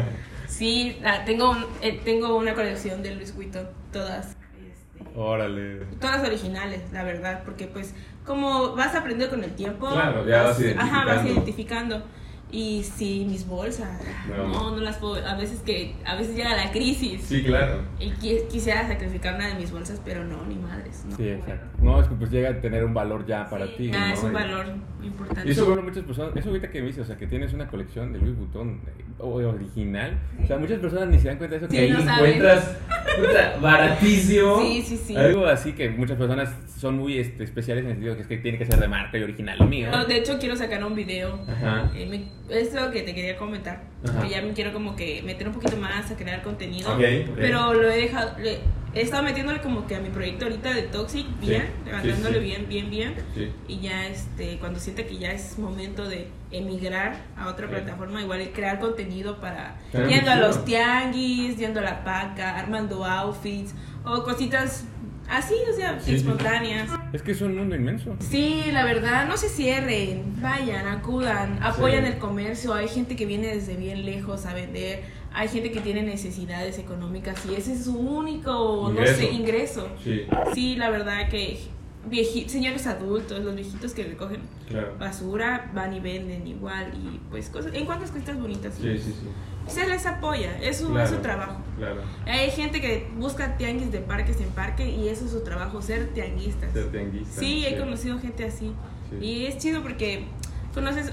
Sí, la, tengo, un, eh, tengo una colección de Louis Vuitton, todas. Este, Órale. Todas originales, la verdad, porque pues como vas aprendiendo con el tiempo, claro, ya vas, vas identificando. Ajá, vas identificando. Y sí, mis bolsas, no. no, no las puedo, a veces que, a veces llega la crisis. Sí, claro. Y qui- quisiera sacrificar una de mis bolsas, pero no, ni madres, no. Sí, exacto. No, es que pues llega a tener un valor ya para Sí, ti. ya ¿no? es un Y- valor importante. Y eso, bueno, muchas personas, eso ahorita que me dices, o sea, que tienes una colección de Louis Vuitton eh, original, o sea, muchas personas ni se dan cuenta de eso, Sí, que ahí no saben. encuentras puta, baratísimo. Sí, sí, sí. Algo así que muchas personas son muy este, especiales en el sentido que es que tiene que ser de marca y original, lo mío. No, de hecho quiero sacar un video. Ajá. Eh, me- es lo que te quería comentar. Ajá. Que ya me quiero como que meter un poquito más a crear contenido. Ok, ok. Pero lo he dejado, le- he estado metiéndole como que a mi proyecto ahorita de Toxic bien, Sí, levantándole sí, sí. bien, bien, bien. Sí. Y ya este, cuando sienta que ya es momento de emigrar a otra Sí. plataforma, igual crear contenido para Claro, yendo a chido. los tianguis, yendo a la paca, armando outfits o cositas así, o sea, Sí, sí. espontáneas. Es que es un mundo inmenso. Sí, la verdad, no se cierren, vayan, acudan, apoyan Sí. el comercio, hay gente que viene desde bien lejos a vender, hay gente que tiene necesidades económicas y ese es su único, Ingreso. no sé, ingreso. Sí, Sí, la verdad que vieji- señores adultos, los viejitos que recogen claro. basura, van y venden igual y pues cosas, en cuantas cositas bonitas. Sí, sí, sí. Se les apoya, es su, Claro, es su trabajo. Claro. Hay gente que busca tianguis de parques en parque y eso es su trabajo, ser tianguistas. Ser tianguista. Sí, he conocido gente así. Sí. Y es chido porque conoces.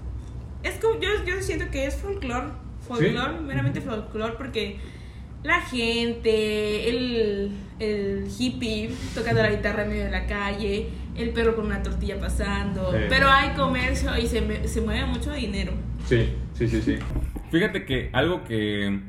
Es como. Yo, yo siento que es folclore. Folclore, Sí. meramente folclore, porque la gente, el, el hippie tocando la guitarra en medio de la calle, el perro con una tortilla pasando. Sí. Pero hay comercio y se, me- se mueve mucho dinero. Sí, sí, sí, sí. Fíjate que algo que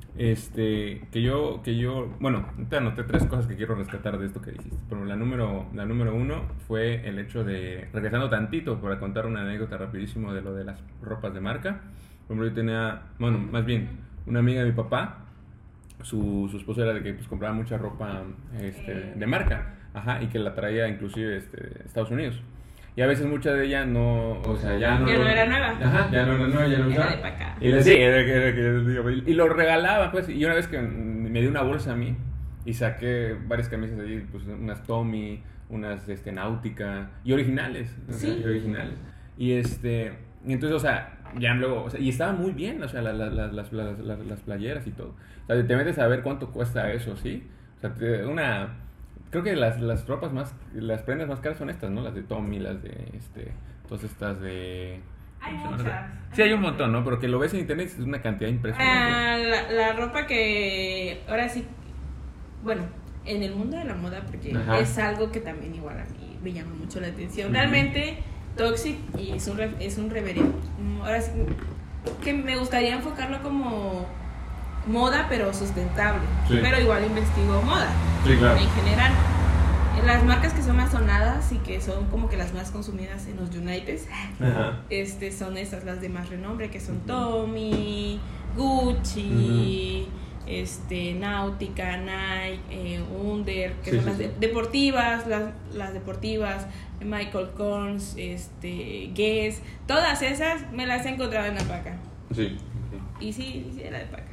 este que yo que yo bueno, te anoté tres cosas que quiero rescatar de esto que dijiste. Pero la número la número uno fue el hecho de, regresando tantito para contar una anécdota rapidísimo de lo de las ropas de marca. Por ejemplo, yo tenía, bueno, más bien una amiga de mi papá, su, su esposa era de que pues compraba mucha ropa este, de marca, ajá, y que la traía inclusive este, de Estados Unidos. Y a veces mucha de ella no, o sea, ya no... Ya no era nueva. Ajá, ya no era nueva, ya no Era usaba. de pa' acá. Y le sí, era que- era que yo digo, y lo regalaba, pues, y una vez que me dio una bolsa a mí, y saqué varias camisas de allí, pues, unas Tommy, unas, este, Náutica, y originales, o sea, Sí. y originales. Y este, y entonces, o sea, ya luego, o sea, y estaba muy bien, o sea, la- la- la- las, las, las, las playeras y todo. O sea, te metes a ver cuánto cuesta eso, ¿sí? O sea, te- una... Creo que las, las ropas más, las prendas más caras son estas, ¿no? Las de Tommy, las de, este, todas estas de... Hay ¿cómo se llama? muchas. Sí, hay un montón, ¿no? Pero que lo ves en internet es una cantidad impresionante. Ah, la, la ropa que ahora sí, bueno, en el mundo de la moda, porque Ajá. es algo que también igual a mí me llama mucho la atención. Ujú. Realmente, Toxic y es un, re- es un reverendo. Mm, Ahora sí, que me gustaría enfocarlo como moda, pero sustentable. Sí. Pero igual investigo moda Sí, claro. en general. Las marcas que son más sonadas y que son como que las más consumidas en los United Ajá. este, son estas, las de más renombre, que son Tommy, Gucci, este, Náutica, Nike, eh, Under, que Sí, son sí, las sí. de- deportivas, las, las deportivas, Michael Kors, este, Guess, todas esas me las he encontrado en la paca. Sí. Y sí, sí, era de paca.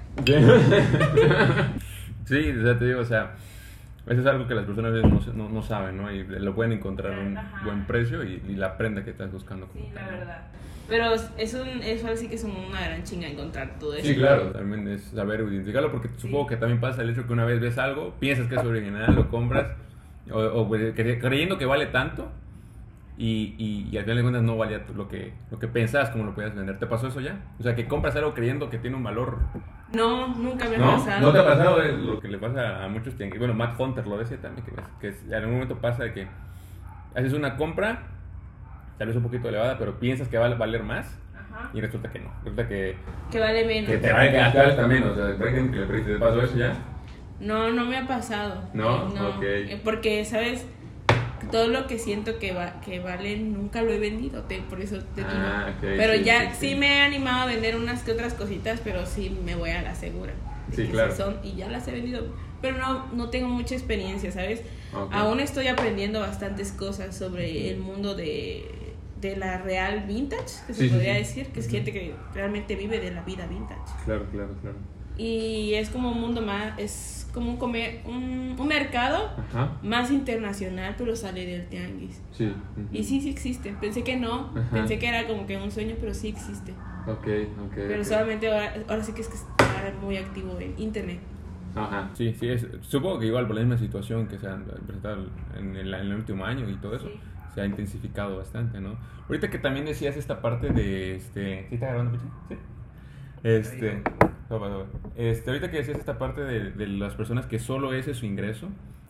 Sí, o sea, te digo, o sea, eso es algo que las personas a veces no, se- no, no saben, ¿no? Y lo pueden encontrar a un Ajá. buen precio y, y la prenda que estás buscando. como Sí, la tal, ¿no? verdad. Pero es un, eso sí que es una gran chinga encontrar todo eso. Sí, claro, también es saber identificarlo porque supongo que también pasa el hecho que una vez ves algo, piensas que es original, lo compras, o, o cre- creyendo que vale tanto y, y, y al final de cuentas no valía lo que, lo que pensabas como lo podías vender. ¿Te pasó eso ya? O sea, que compras algo creyendo que tiene un valor. No, nunca me ha ¿No? pasado. ¿No te ha pasado eh, lo que le pasa a muchos tianguis? Bueno, Matt Hunter lo decía también, que, ves- que es- en algún momento pasa de que haces una compra, tal vez un poquito elevada, pero piensas que va a valer más Ajá. y resulta que no. Resulta que, Que vale menos. que te va a quedar también. O sea, por ejemplo, que te pasó eso ya. No, no me ha pasado. ¿No? Eh, Ok. Eh, Porque, ¿sabes? Todo lo que siento que va, que vale nunca lo he vendido, te, por eso te digo. Ah, ok, pero sí, ya sí, sí, sí. me he animado a vender unas que otras cositas, pero sí me voy a la segura. de Sí, que claro. son y ya las he vendido, pero no, no tengo mucha experiencia, ¿sabes? Ok. Aún estoy aprendiendo bastantes cosas sobre el mundo de, de la real vintage, que se Sí, sí, podría sí. decir, que es Ujú. gente que realmente vive de la vida vintage. Claro, claro, claro. y es como un mundo más, es como un, comer, un, un mercado Ajá. más internacional, pero sale del tianguis. Sí. Uh-huh. Y sí, sí existe. Pensé que no, Ajá. pensé que era como que un sueño, pero sí existe. Ok, ok. Pero okay. solamente ahora, ahora sí que es que está muy activo en internet. Ajá, sí, sí, es, supongo que igual por la misma situación que se ha presentado en el, en el último año y todo eso, sí. se ha intensificado bastante, ¿no? Ahorita que también decías esta parte de, este, ¿sí está grabando, Pichi? Sí. Este, toma, toma. este, ahorita que decías esta parte de, de las personas que solo ese es su ingreso,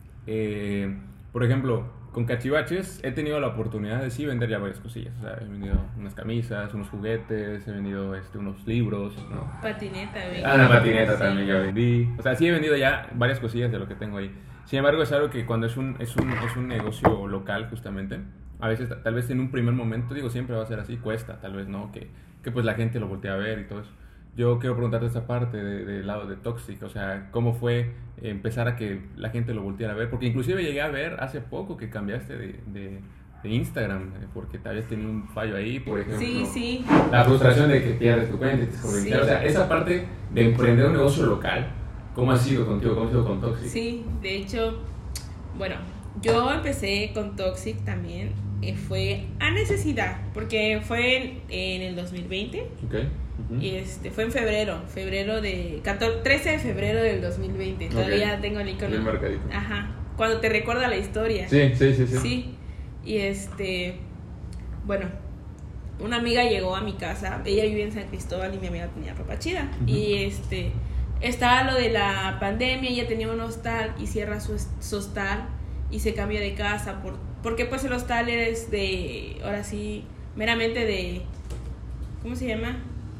eh, por ejemplo, con Cachivaches he tenido la oportunidad de sí vender ya varias cosillas, o sea, he vendido unas camisas, unos juguetes, he vendido este, unos libros, ¿no? Patineta, ¿verdad? Ah, una patineta sí. también ya vendí, o sea, sí he vendido ya varias cosillas de lo que tengo ahí. Sin embargo, es algo que cuando es un, es un, es un negocio local, justamente, a veces, tal vez en un primer momento, digo, siempre va a ser así, cuesta, tal vez, ¿no? Que, que pues la gente lo voltea a ver y todo eso. Yo quiero preguntarte esta parte del de lado de Toxic, o sea, ¿cómo fue empezar a que la gente lo volteara a ver? Porque inclusive llegué a ver hace poco que cambiaste de, de, de Instagram, porque te habías tenido un fallo ahí, por ejemplo. Sí, sí. La frustración de que pierdes tu cuenta y te sí. O sea, esa parte de emprender un negocio local, ¿cómo ha sido contigo? ¿Cómo ha sido con Toxic? Sí, de hecho, bueno, yo empecé con Toxic también, eh, fue a necesidad, porque fue en, en el dos mil veinte. Ok. Uh-huh. Y este, fue en febrero, febrero de catorce, trece de febrero del dos mil veinte. Todavía okay. tengo el icono. Bien marcadito. Ajá. Cuando te recuerda la historia. Sí, sí, sí, sí. Sí. Y este, bueno, una amiga llegó a mi casa. Ella vive en San Cristóbal y mi amiga tenía ropa chida. Uh-huh. Y este, estaba lo de la pandemia. Ella tenía un hostal y cierra su, su hostal y se cambia de casa por, porque pues el hostal es de, ahora sí, meramente de, ¿cómo se llama?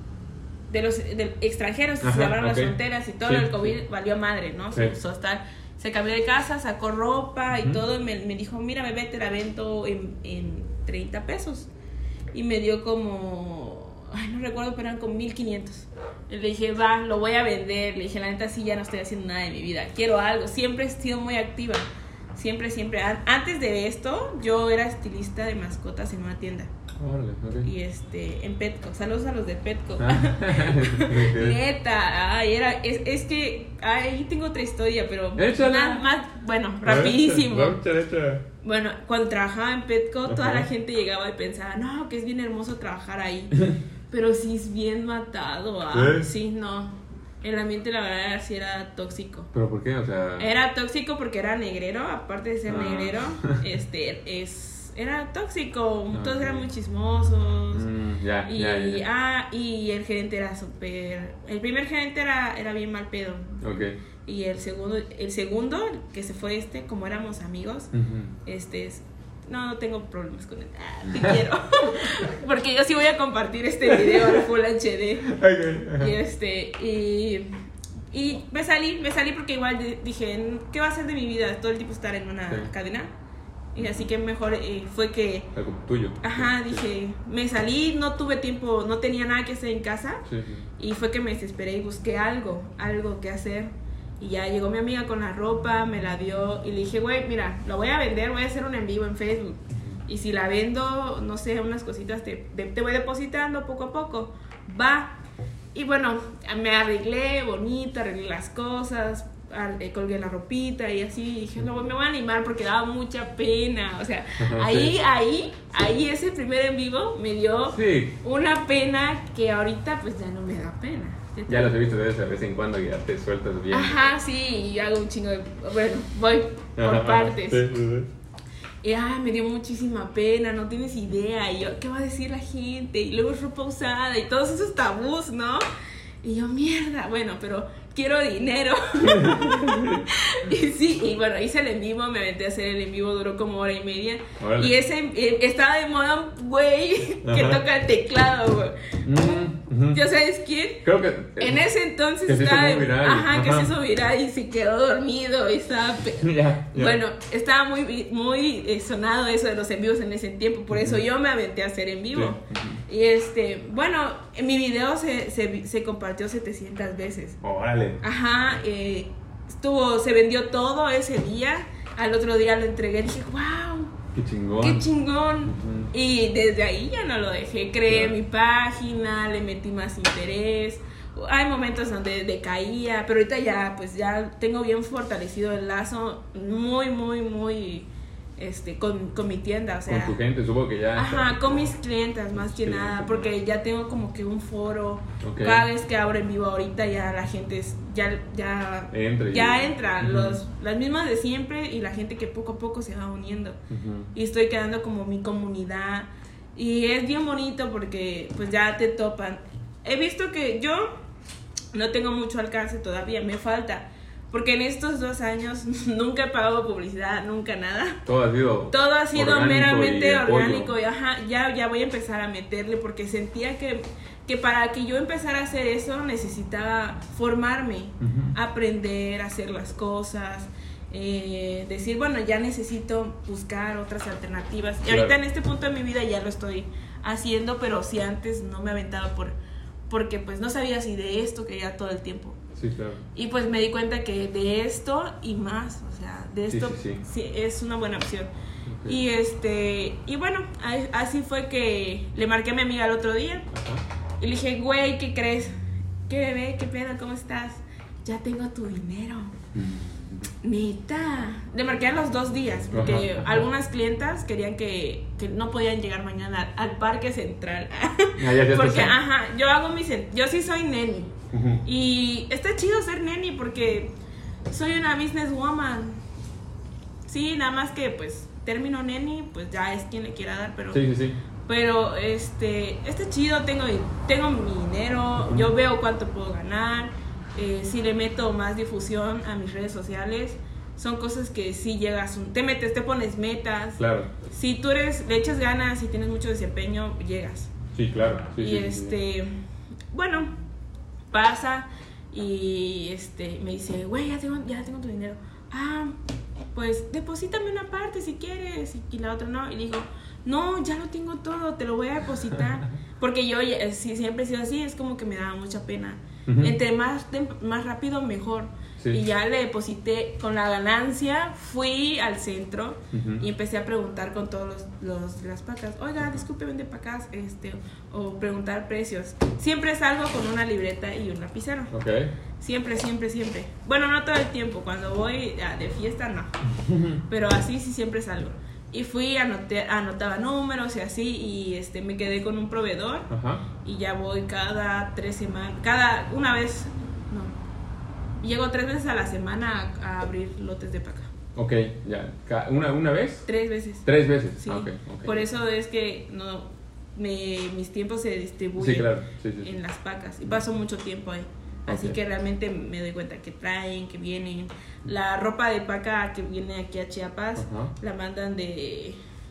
De los de extranjeros, Ajá, se cerraron okay. las fronteras y todo, sí, el COVID sí. valió madre, ¿no? Sí. Se, hostal, se cambió de casa, sacó ropa y uh-huh. todo, y me, me dijo, mira bebé, te la vendo en, en treinta pesos. Y me dio como, ay, no recuerdo, pero eran como mil quinientos. Le dije, va, lo voy a vender. Le dije, la neta sí, ya no estoy haciendo nada de mi vida, quiero algo. Siempre he sido muy activa, siempre, siempre. Antes de esto, yo era estilista de mascotas en una tienda. Oh, okay. Y este, en Petco, saludos a los de Petco. Ah. Neta, ay, era, es, es que ahí tengo otra historia, pero nada más, bueno, rapidísimo. Échala, échala. Bueno, cuando trabajaba en Petco, Ajá. toda la gente llegaba y pensaba, no, que es bien hermoso trabajar ahí, pero sí es bien matado, ah, ¿Sí? sí, no. El ambiente, la verdad, sí era tóxico. ¿Pero por qué? O sea... Era tóxico porque era negrero, aparte de ser ah. negrero, este, es... Era tóxico, okay. todos eran muy chismosos. Mm, ya, y, ya, ya. Ah, y el gerente era súper... El primer gerente era, era bien mal pedo. Okay. Y el segundo, el segundo, que se fue este, como éramos amigos, uh-huh. este es... No, no tengo problemas con él. Ah, te quiero. Porque yo sí voy a compartir este video en Full H D. Okay. Uh-huh. Y este... Y, y me salí, me salí porque igual dije, ¿qué va a ser de mi vida? Todo el tiempo estar en una sí. cadena. Y así que mejor eh, fue que... Algo tuyo. Ajá, dije, me salí, no tuve tiempo, no tenía nada que hacer en casa. Sí, sí. Y fue que me desesperé y busqué algo, algo que hacer. Y ya llegó mi amiga con la ropa, me la dio y le dije, güey, mira, lo voy a vender, voy a hacer un en vivo en Facebook. Uh-huh. Y si la vendo, no sé, unas cositas, te, te, te voy depositando poco a poco. Va. Y bueno, me arreglé bonito, arreglé las cosas, colgué la ropita y así, y dije, no, me voy a animar porque daba mucha pena, o sea, ahí, ahí, ahí ese primer en vivo me dio sí. una pena que ahorita pues ya no me da pena. Ya los he visto de vez en cuando y ya te sueltas bien. Ajá, sí, y hago un chingo de, bueno, voy por Ajá, partes. Sí, sí, sí. Y ay, me dio muchísima pena, no tienes idea, y yo, ¿qué va a decir la gente? Y luego es ropa usada y todos esos tabús, ¿no? Y yo, mierda, bueno, pero quiero dinero. Y sí, y bueno, hice el en vivo, me aventé a hacer el en vivo, duró como hora y media. Órale. Y ese eh, estaba de moda un güey que Ajá. toca el teclado, güey. Mm, uh-huh. ¿Ya sabes quién? Creo que... En ese entonces que estaba... Se hizo muy viral. Ajá, Ajá, que se hizo viral y se quedó dormido y estaba... Ya, ya. Bueno, estaba muy, muy eh, sonado eso de los en vivos en ese tiempo, por eso uh-huh. yo me aventé a hacer en vivo. Sí. Uh-huh. Y este, bueno, en mi video se, se, se compartió setecientas veces. Órale. Ajá, eh, estuvo, se vendió todo ese día. Al otro día lo entregué y dije, wow, qué chingón. Qué chingón. Uh-huh. Y desde ahí ya no lo dejé. Creé claro. mi página, le metí más interés. hay momentos donde decaía, pero ahorita ya, pues ya tengo bien fortalecido el lazo, muy, muy, muy, este, con, con mi tienda, o sea. Con tu gente, supongo que ya. Ajá, está. con mis clientas más que Sí, nada, sí, porque ya tengo como que un foro, okay. Cada vez que abro en vivo ahorita ya la gente es, ya, ya, entra, ya y... entra, uh-huh. los, las mismas de siempre y la gente que poco a poco se va uniendo, uh-huh. y estoy quedando como mi comunidad, y es bien bonito porque pues ya te topan. He visto que yo no tengo mucho alcance todavía, me falta. Porque en estos dos años nunca he pagado publicidad, nunca nada. Todo ha sido Todo ha sido meramente y orgánico. Y ajá, ya, ya voy a empezar a meterle porque sentía que, que para que yo empezara a hacer eso necesitaba formarme, uh-huh. aprender a hacer las cosas, eh, decir, bueno, ya necesito buscar otras alternativas. Y claro. ahorita en este punto de mi vida ya lo estoy haciendo, pero si antes no me aventaba por, porque pues no sabía si de esto quería todo el tiempo. Sí, claro. Y pues me di cuenta que de esto y más, o sea, de esto sí, sí, sí. sí es una buena opción. Okay. Y este, y bueno, así fue que le marqué a mi amiga el otro día. Ajá. Y le dije, güey, ¿qué crees? ¿Qué bebé? ¿Qué pedo? ¿Cómo estás? Ya tengo tu dinero. Neta. Le marqué a los dos días, porque ajá, ajá. algunas clientas querían que, que no podían llegar mañana al, al Parque Central. Ah, ya, ya porque, ajá, yo hago mis, yo sí soy neni. Uh-huh. Y está chido ser neni porque soy una businesswoman. Sí, nada más que pues término neni, pues ya es quien le quiera dar, pero sí, sí, sí. Pero este, está chido, tengo, tengo mi dinero, uh-huh. yo veo cuánto puedo ganar, eh, si le meto más difusión a mis redes sociales, son cosas que sí llegas, te metes, te pones metas. Claro. Si tú eres, le echas ganas, si tienes mucho desempeño, llegas. Sí, claro. Sí, y sí, este, sí. bueno, pasa y este me dice, güey, ya tengo, ya tengo tu dinero. Ah, pues deposítame una parte si quieres, y la otra no. Y dijo, no, ya lo tengo todo, te lo voy a depositar. Porque yo si, siempre he sido así, es como que me daba mucha pena. Uh-huh. Entre más, más rápido, mejor. Sí. Y ya le deposité con la ganancia, fui al centro uh-huh. y empecé a preguntar con todos los, los las pacas, oiga, disculpe, vende pacas, este, o preguntar precios. Siempre salgo con una libreta y un lapicero. Okay. Siempre, siempre, siempre. Bueno, no todo el tiempo, cuando voy de fiesta no, pero así sí siempre salgo. Y fui, anoté, anotaba números y así, y este me quedé con un proveedor. Ajá. Y ya voy cada tres semanas, cada una vez, no, llego tres veces a la semana a, a abrir lotes de paca. Ok, ya, ¿una, una vez? Tres veces. Tres veces, sí. Okay, okay. Por eso es que no, me, mis tiempos se distribuyen sí, claro. sí, sí, sí. en las pacas, y paso mucho tiempo ahí. Así okay. que realmente me doy cuenta que traen, que vienen. La ropa de paca que viene aquí a Chiapas, uh-huh. la mandan de...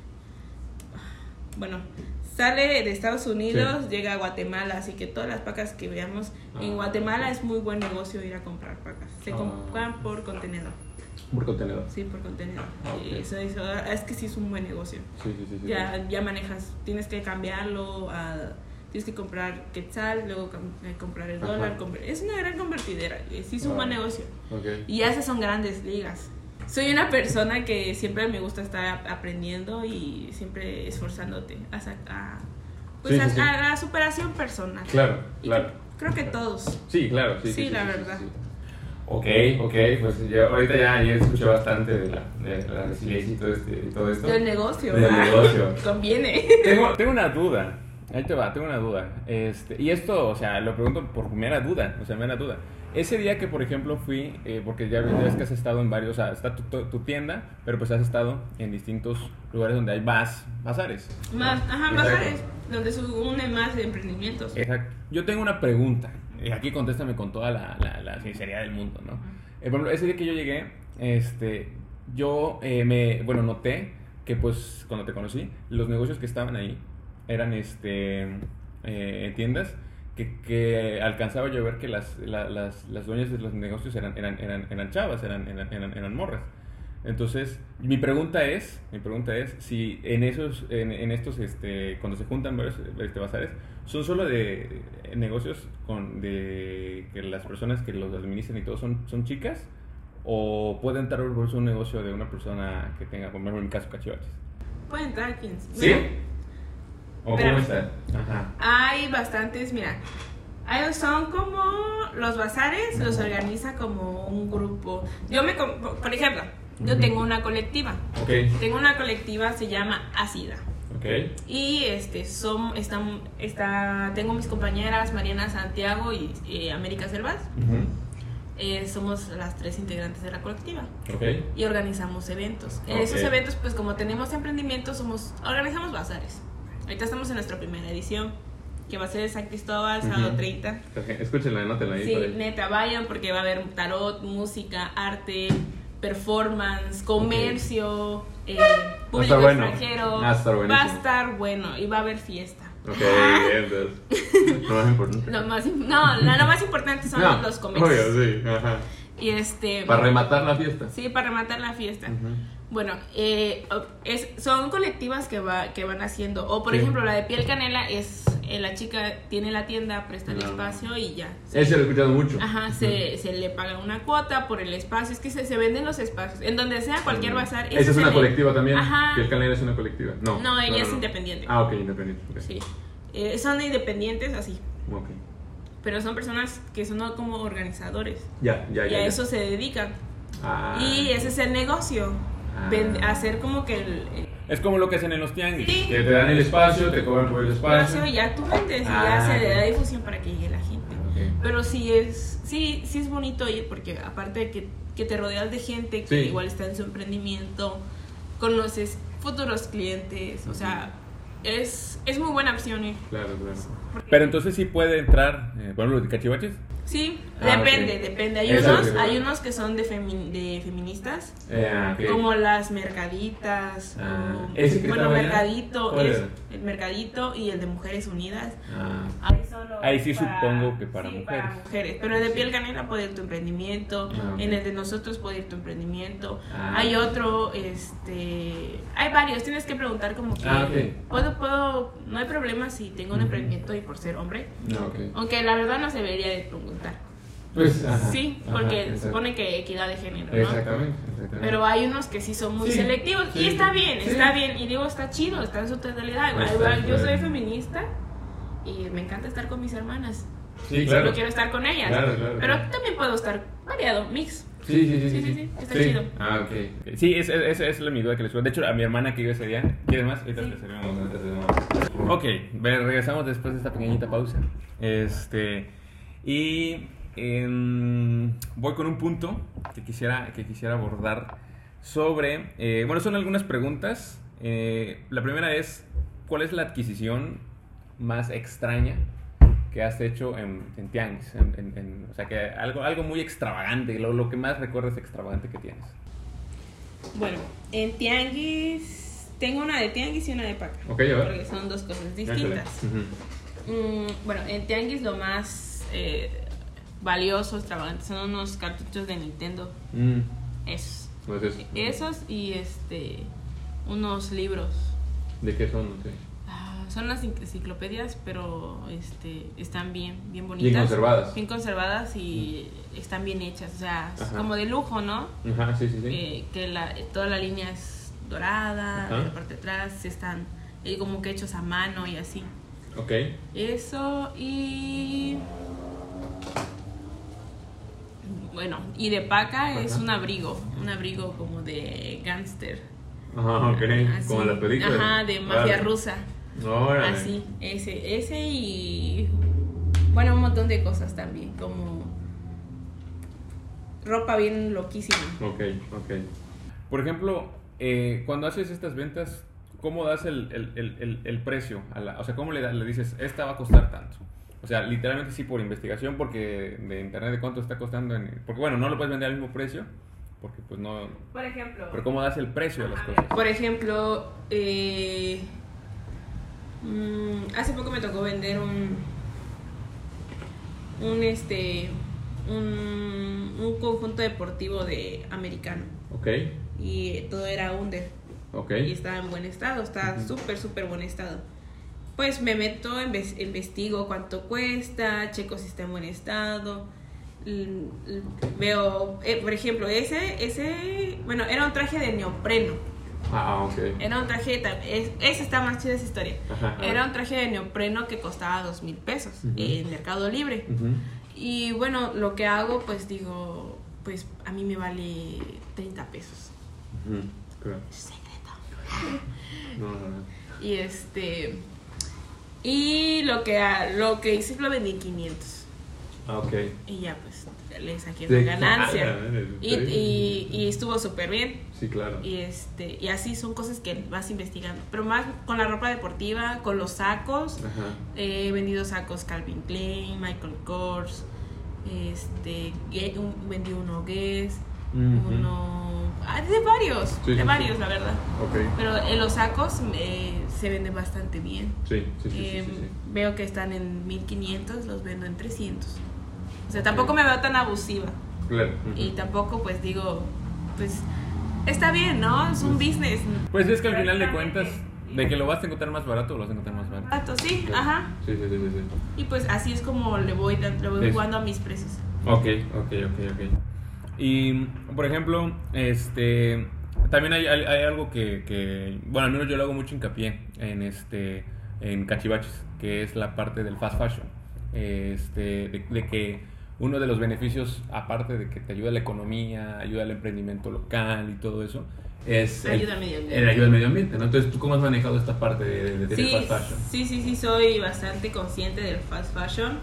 Bueno, sale de Estados Unidos, sí. llega a Guatemala. Así que todas las pacas que veamos uh-huh. en Guatemala es muy buen negocio ir a comprar pacas. Se uh-huh. compran por contenedor. ¿Por contenedor? Sí, por contenedor. Okay. Eso, eso, es que sí es un buen negocio. Sí, sí, sí, sí, ya, sí. ya manejas, tienes que cambiarlo a... Tienes que comprar quetzal, luego comprar el dólar. Comprar, es una gran convertidera. Sí, es un ah, buen negocio. Okay. Y esas son grandes ligas. Soy una persona que siempre me gusta estar aprendiendo y siempre esforzándote a, a, pues sí, a, sí, sí. a la superación personal. Claro, y claro. Creo que todos. Sí, claro. Sí, sí, sí, la sí, verdad. Sí, sí. Ok, ok, pues ya, ahorita ya, ya escuché bastante de la, de la resiliencia y todo, este, y todo esto. Del negocio. Del negocio. Conviene. Tengo, tengo una duda. Ahí te va, tengo una duda. Este, y esto, o sea, lo pregunto por mera duda, o sea, mera duda. Ese día que, por ejemplo, fui, eh, porque ya ves que has estado en varios, o sea, está tu, tu, tu tienda, pero pues has estado en distintos lugares donde hay bas, bazares. Más, ajá, Exacto. bazares, donde se unen más emprendimientos. Exacto. Yo tengo una pregunta, y aquí contéstame con toda la, la, la sinceridad del mundo, ¿no? Eh, por ejemplo, ese día que yo llegué, este, yo eh, me, bueno, noté que pues cuando te conocí, los negocios que estaban ahí eran este eh, tiendas que, que alcanzaba yo a ver que las, la, las, las dueñas de los negocios eran, eran, eran, eran chavas, eran, eran, eran, eran morras. Entonces, mi pregunta es, mi pregunta es si en esos, en, en estos, este, cuando se juntan varios este, bazares, son solo de, de negocios con, de que las personas que los administran y todo son, son chicas, o puede entrar por un negocio de una persona que tenga, por ejemplo, en mi caso, cachivaches. Puede entrar quien. ¿Sí? ¿O cómo está? Ajá. Hay bastantes, mira, Ay, son como los bazares, los organiza como un grupo. Yo me, por ejemplo, yo tengo una colectiva. Okay. Tengo una colectiva, se llama Ácida. Okay. Y este son están está tengo mis compañeras Mariana Santiago y eh, América Selvas. Uh-huh. Eh, somos las tres integrantes de la colectiva. Okay. Y organizamos eventos. En Okay. esos eventos, pues como tenemos emprendimientos, somos organizamos bazares. Ahorita estamos en nuestra primera edición, que va a ser de San Cristóbal, uh-huh. sábado treinta. Escúchenla, anótenla ahí. Sí, neta, vayan porque va a haber tarot, música, arte, performance, comercio, okay. eh, público bueno. extranjero. Va a estar va a estar bueno y va a haber fiesta. Ok, bien, entonces. Lo más importante. Lo más, no, lo, lo más importante son no, los comercios. Obvio, sí, ajá. Y este, para rematar la fiesta. Sí, para rematar la fiesta. Uh-huh. Bueno, eh, es, son colectivas que, va, que van haciendo. O por sí. ejemplo, la de Piel Canela es eh, la chica tiene la tienda, presta no. el espacio y ya. Ese lo he escuchado mucho. Ajá, uh-huh. se, se le paga una cuota por el espacio. Es que se, se venden los espacios. En donde sea, cualquier uh-huh. bazar. Esa es una le... colectiva también. Ajá. Piel Canela es una colectiva. No, no ella no, no, es no. independiente. Ah, ok, independiente. Okay. Sí. Eh, son independientes así. Ok. Pero son personas que son como organizadores. Ya, ya, ya. Y a ya. eso se dedican. Ah. Y ese es el negocio. Ah. Ven, hacer como que el, el... Es como lo que hacen en los tianguis. Sí. Que te dan el espacio, te cobran por el espacio. Y ya tú vendes ah, y ya se okay. le da difusión para que llegue la gente. Okay. Pero sí es, sí, sí es bonito ir porque aparte de que, que te rodeas de gente que sí. igual está en su emprendimiento, conoces futuros clientes, o sea, es, es muy buena opción ir. Claro, claro. Porque... Pero entonces sí puede entrar, eh, por ejemplo, los cachivaches. Sí, ah, depende, okay. depende. Hay Eso unos, que... hay unos que son de, femi- de feministas, eh, okay. como las mercaditas, ah, o, ¿ese bueno, mercadito, es era? el mercadito y el de Mujeres Unidas. Ah. Ahí, solo Ahí sí para, supongo que para sí, mujeres. para mujeres. Pero en el de Piel Canela puede ir tu emprendimiento, ah, okay. en el de nosotros puede ir tu emprendimiento. Ah. Hay otro, este, hay varios. Tienes que preguntar como que ah, okay. puedo, puedo, no hay problema si tengo un emprendimiento y por ser hombre. No, okay. Aunque la verdad no se debería de preguntar. Pues, ajá, sí, porque ajá, se supone que equidad de género, ¿no? Exactamente, exactamente. Pero hay unos que sí son muy sí, selectivos sí, y está bien, sí. está bien. Y digo, está chido, está en su totalidad. Igual, igual, yo soy feminista y me encanta estar con mis hermanas. Sí, claro. Solo quiero estar con ellas. Claro, claro, pero claro. también puedo estar variado, mix. Sí, sí, sí, sí, sí, sí, sí, está sí. chido. Ah, ok. Sí, esa es, es, es la mi duda que les cuento. De hecho, a mi hermana que iba ese día, ¿quieres más? Ahorita sí. te servimos, ahorita te servimos. Ok, regresamos después de esta pequeñita pausa. Este, y eh, voy con un punto que quisiera, que quisiera abordar sobre, eh, bueno, son algunas preguntas. Eh, la primera es, ¿cuál es la adquisición más extraña que has hecho en, en tianguis? En, en, en, o sea, que algo, algo muy extravagante, lo, lo que más recuerdas extravagante que tienes. Bueno, en tianguis tengo una de tianguis y una de paca. Ok, a ver. Porque son dos cosas distintas. Uh-huh. Mm, bueno, en tianguis lo más eh, valioso, extravagante son unos cartuchos de Nintendo. Mm. Esos. Pues eso. Esos y este unos libros. ¿De qué son? No sé. Son las enciclopedias, pero este están bien, bien bonitas. Bien conservadas. Bien conservadas y mm. están bien hechas, o sea, Ajá. como de lujo, ¿no? Ajá, sí, sí, sí. Eh, que la, toda la línea es dorada, Ajá. la parte de atrás están eh, como que hechos a mano y así. Ok. Eso y... Bueno, y de paca Ajá. es un abrigo, un abrigo como de gángster. Ajá, ok, así. Como las películas. Ajá, de mafia vale. rusa. Órale. Así, ese, ese y bueno, un montón de cosas también, como ropa bien loquísima. Ok, ok. Por ejemplo, eh, cuando haces estas ventas, ¿cómo das el, el, el, el, el precio? A la, o sea, ¿cómo le, da, le dices, esta va a costar tanto? O sea, literalmente sí por investigación, porque de internet de cuánto está costando, en, porque bueno, no lo puedes vender al mismo precio, porque pues no... Por ejemplo... Pero ¿cómo das el precio a las cosas? Por ejemplo, eh... Mm, hace poco me tocó vender un un este un, un conjunto deportivo de americano. Okay. Y todo era under. Okay. Y estaba en buen estado, estaba súper uh-huh. súper buen estado. Pues me meto, investigo cuánto cuesta, checo si está en buen estado. L- l- veo, eh, por ejemplo, ese ese bueno, era un traje de neopreno. Ah, ok. Era un traje, es, esa está más chida esa historia. Ajá, Era un traje de neopreno que costaba dos mil pesos uh-huh. en Mercado Libre. Uh-huh. Y bueno, lo que hago, pues digo, pues a mí me vale treinta pesos. Uh-huh. Claro. Secreto. No, no, no. Y este... Y lo que, lo que hice lo vendí en quinientos. Ah, ok. Y ya pues le saqué una ganancia. Y, y, y estuvo súper bien. Sí, claro. Y este y así son cosas que vas investigando. Pero más con la ropa deportiva, con los sacos. Ajá. He vendido sacos Calvin Klein, Michael Kors. Este, un, vendí uno Guess. Uh-huh. Uno... Ah, de varios, sí, de sí, varios, sí. La verdad. Okay. Pero en los sacos eh, se venden bastante bien. Sí, sí, sí, eh, sí, sí, sí. Veo que están en mil quinientos, los vendo en trescientos. O sea, tampoco me veo tan abusiva. Claro. Uh-huh. Y tampoco, pues digo, pues está bien, ¿no? Es un business. Pues es que al final de cuentas, de que lo vas a encontrar más barato, lo vas a encontrar más barato. Barato, sí, claro. Ajá. Sí, sí, sí, sí, sí. Y pues así es como le voy, le voy jugando a mis precios. Ok, ok, ok, ok. Y, por ejemplo, este también hay, hay, hay algo que, que, bueno, al menos yo lo hago mucho hincapié en, este, en Cachivaches, que es la parte del fast fashion. Este, de, de que uno de los beneficios, aparte de que te ayuda a la economía, ayuda al emprendimiento local y todo eso, es ayuda al medio ambiente. El ayuda al medio ambiente, ¿no? Entonces, ¿tú cómo has manejado esta parte de, de, de sí, fast fashion? Sí, sí, sí, soy bastante consciente del fast fashion.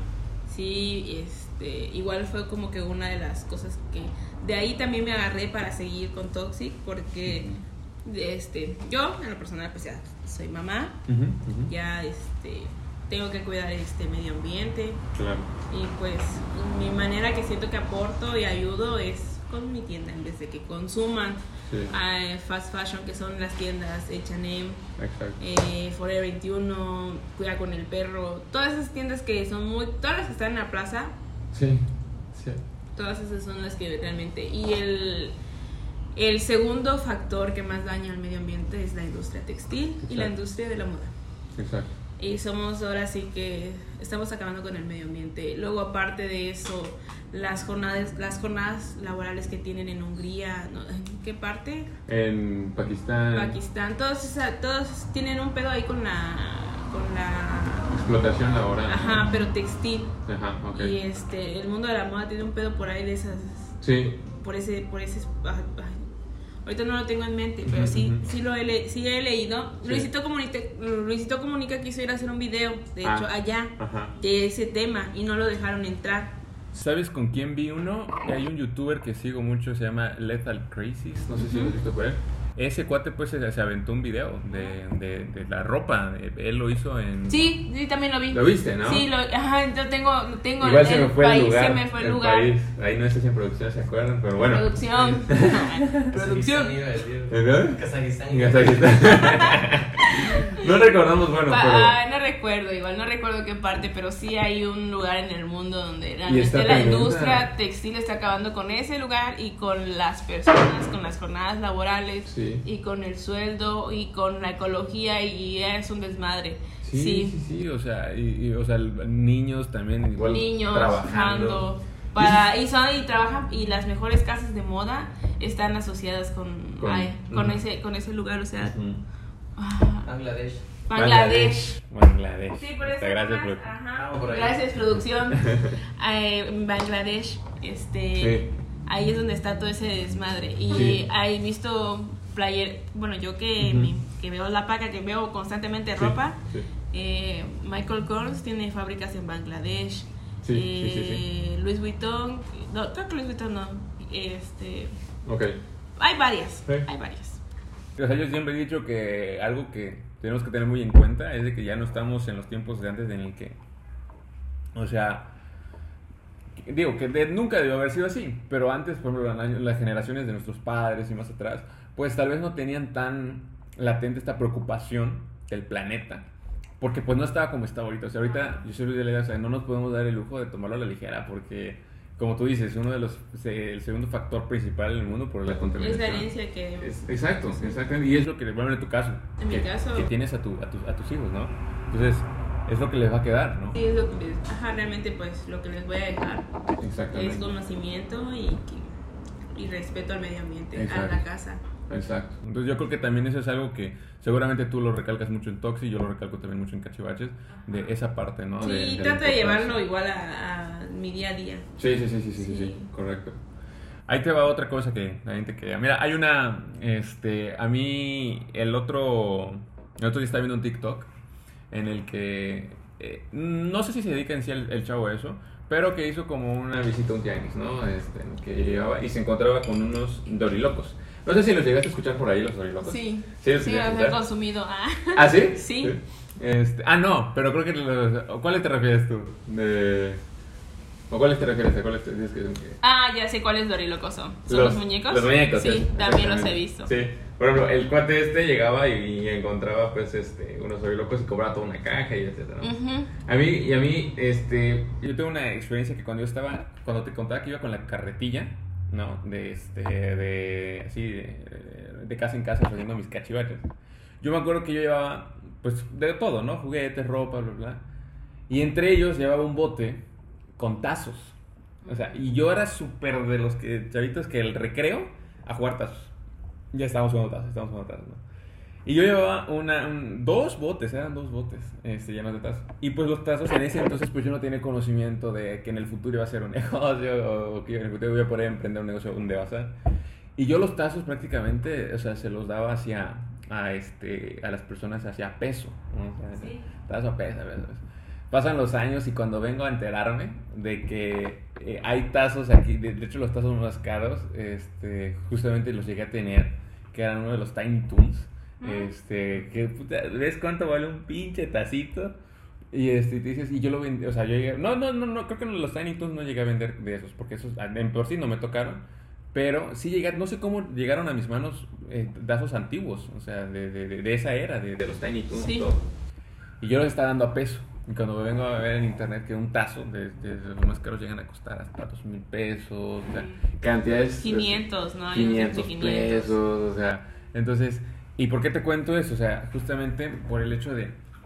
Sí, este, igual fue como que una de las cosas que de ahí también me agarré para seguir con Toxic, porque este, yo en lo personal pues ya soy mamá, uh-huh, uh-huh. ya este, tengo que cuidar este medio ambiente, claro. Y pues mi manera que siento que aporto y ayudo es con mi tienda, en vez de que consuman sí. uh, fast fashion, que son las tiendas H and M, eh, Forever veintiuno, Cuida con el Perro, todas esas tiendas que son muy, todas las que están en la plaza, sí, sí. Todas esas son las que realmente, y el el segundo factor que más daña al medio ambiente es la industria textil. Exacto. Y la industria de la moda. Exacto. Y somos ahora sí que estamos acabando con el medio ambiente. Luego, aparte de eso, las jornadas las jornadas laborales que tienen en Hungría, ¿no? ¿En qué parte? En Pakistán. Pakistán, todos, esa, todos tienen un pedo ahí con la con la explotación laboral. Ajá, pero textil. Ajá, okay. Y este, el mundo de la moda tiene un pedo por ahí de esas. Sí. Por ese, por ese. Ay, ay. Ahorita no lo tengo en mente, pero sí, sí lo he, le- sí he leído. Sí. Luisito Comunica, Luisito Comunica quiso ir a hacer un video, de hecho, ah, allá, ajá. de ese tema, y no lo dejaron entrar. ¿Sabes con quién vi uno? Hay un youtuber que sigo mucho, se llama Lethal Crisis, no sé uh-huh. si lo has visto por él. Ese cuate pues se, se aventó un video de, de, de la ropa, él lo hizo en... Sí, sí, también lo vi. ¿Lo viste, no? Sí, lo, ajá, yo tengo, tengo Igual el, se me fue país, el lugar, se me fue el, el lugar. País. Ahí no estás en producción, ¿se acuerdan? Pero bueno. Producción. Producción. ¿Verdad? Kazajistán. Kazajistán. No recordamos, bueno, pa- pero... ah, no recuerdo, igual no recuerdo qué parte, pero sí hay un lugar en el mundo donde realmente la tremenda. industria textil está acabando con ese lugar y con las personas, con las jornadas laborales, sí. y con el sueldo y con la ecología, y es un desmadre. Sí, sí, sí, sí, o sea, y, y, o sea, niños también igual niños trabajando. Para, y son y trabajan, y las mejores casas de moda están asociadas con con, ay, con uh-huh. ese con ese lugar, o sea, uh-huh. ah, Bangladesh. Bangladesh. Bangladesh. Sí, por eso. Gracias, Ajá, Blue. ajá. Por ahí. Gracias, producción. eh, en Bangladesh, este, Sí. ahí es donde está todo ese desmadre. Y Sí. hay visto player, bueno, yo que, Uh-huh. me, que veo la paca, que veo constantemente Sí, ropa. sí. Eh, Michael Kors tiene fábricas en Bangladesh. Sí, eh, sí, sí, sí. Louis Vuitton, no, creo que Louis Vuitton no. Este, Ok. hay varias, Sí. hay varias. O sea, yo siempre he dicho que algo que tenemos que tener muy en cuenta es de que ya no estamos en los tiempos de antes en el que, o sea, digo que de, nunca debió haber sido así, pero antes, por ejemplo, las, las generaciones de nuestros padres y más atrás, pues tal vez no tenían tan latente esta preocupación del planeta, porque pues no estaba como está ahorita. O sea, ahorita yo soy de la idea, o sea, no nos podemos dar el lujo de tomarlo a la ligera, porque como tú dices, uno de los el segundo factor principal en el mundo por la contaminación. Es la herencia que... Es, exacto, exacto, y es lo que, bueno, en tu caso, En mi que, caso... que tienes a, tu, a, tu, a tus hijos, ¿no? Entonces, es lo que les va a quedar, ¿no? Sí, es lo que les, ajá, realmente pues lo que les voy a dejar Exactamente. es conocimiento y, y respeto al medio ambiente, Exacto. a la casa. Exacto. Entonces yo creo que también eso es algo que seguramente tú lo recalcas mucho en Toxi, yo lo recalco también mucho en Cachivaches, de esa parte, ¿no? Sí, de, de trato de llevarlo igual a, a mi día a día. Sí, sí, sí, sí, sí, sí, sí, correcto. Ahí te va otra cosa que la gente quería. Mira, hay una, este, a mí el otro, el otro día estaba viendo un TikTok en el que, eh, no sé si se dedica en sí el, el chavo a eso, pero que hizo como una visita a un tianguis, ¿no? Este, que llegaba y se encontraba con unos dorilocos. No sé si los llegaste a escuchar por ahí, los dorilocos. Sí, sí, los sí los he consumido. Ah, ¿Ah sí? Sí. sí. Este, ah, no, pero creo que los, ¿cuáles te refieres tú? De... ¿O cuáles te refieres? ¿A cuáles te dices que son? Ah, ya sé cuáles dorilocos son. ¿Son los, los muñecos? Los muñecos, sí. Sí, también los he visto. Sí, por ejemplo, el cuate este llegaba y, y encontraba pues este unos dorilocos y cobraba toda una caja y etcétera, ¿no? Uh-huh. A mí, y a mí, este, yo tengo una experiencia que cuando yo estaba, cuando te contaba que iba con la carretilla, ¿no? De este, de, así, de, de casa en casa haciendo mis cachivaches. Yo me acuerdo que yo llevaba, pues, de todo, ¿no? Juguetes, ropa, bla, bla. Y entre ellos llevaba un bote con tazos. O sea, y yo era súper de los que, chavitos, que el recreo a jugar tazos. Ya estábamos jugando tazos, estábamos jugando tazos, ¿no? Y yo llevaba una, un, dos botes, eran dos botes este, llenos de tazos. Y pues los tazos en ese entonces, pues yo no tenía conocimiento de que en el futuro iba a ser un negocio o que en el futuro iba a poder emprender un negocio donde va a ser. Y yo los tazos prácticamente, o sea, se los daba hacia, a, este, a las personas hacia peso, ¿no? O sea, sí. Tazo a peso, a veces. Pasan los años y cuando vengo a enterarme de que eh, hay tazos aquí, de, de hecho los tazos más caros, este, justamente los llegué a tener, que eran uno de los Tiny Toons, uh-huh. este, que puta, ¿ves cuánto vale un pinche tacito? Y este, te dices, y yo lo vendí, o sea, yo llegué, no, no, no, no, creo que los Tiny Toons no llegué a vender de esos, porque esos en por sí no me tocaron, pero sí llegaron, no sé cómo llegaron a mis manos eh, tazos antiguos, o sea, de, de, de esa era, de, de los Tiny Toons, sí. Todo. Y yo los estaba dando a peso. Y cuando me vengo a ver en internet que un tazo de, de, de los más caros llegan a costar hasta dos mil pesos, o sea, cantidades... quinientos, ¿no? quinientos pesos, o sea, entonces, ¿y por qué te cuento eso? O sea, justamente por el hecho de,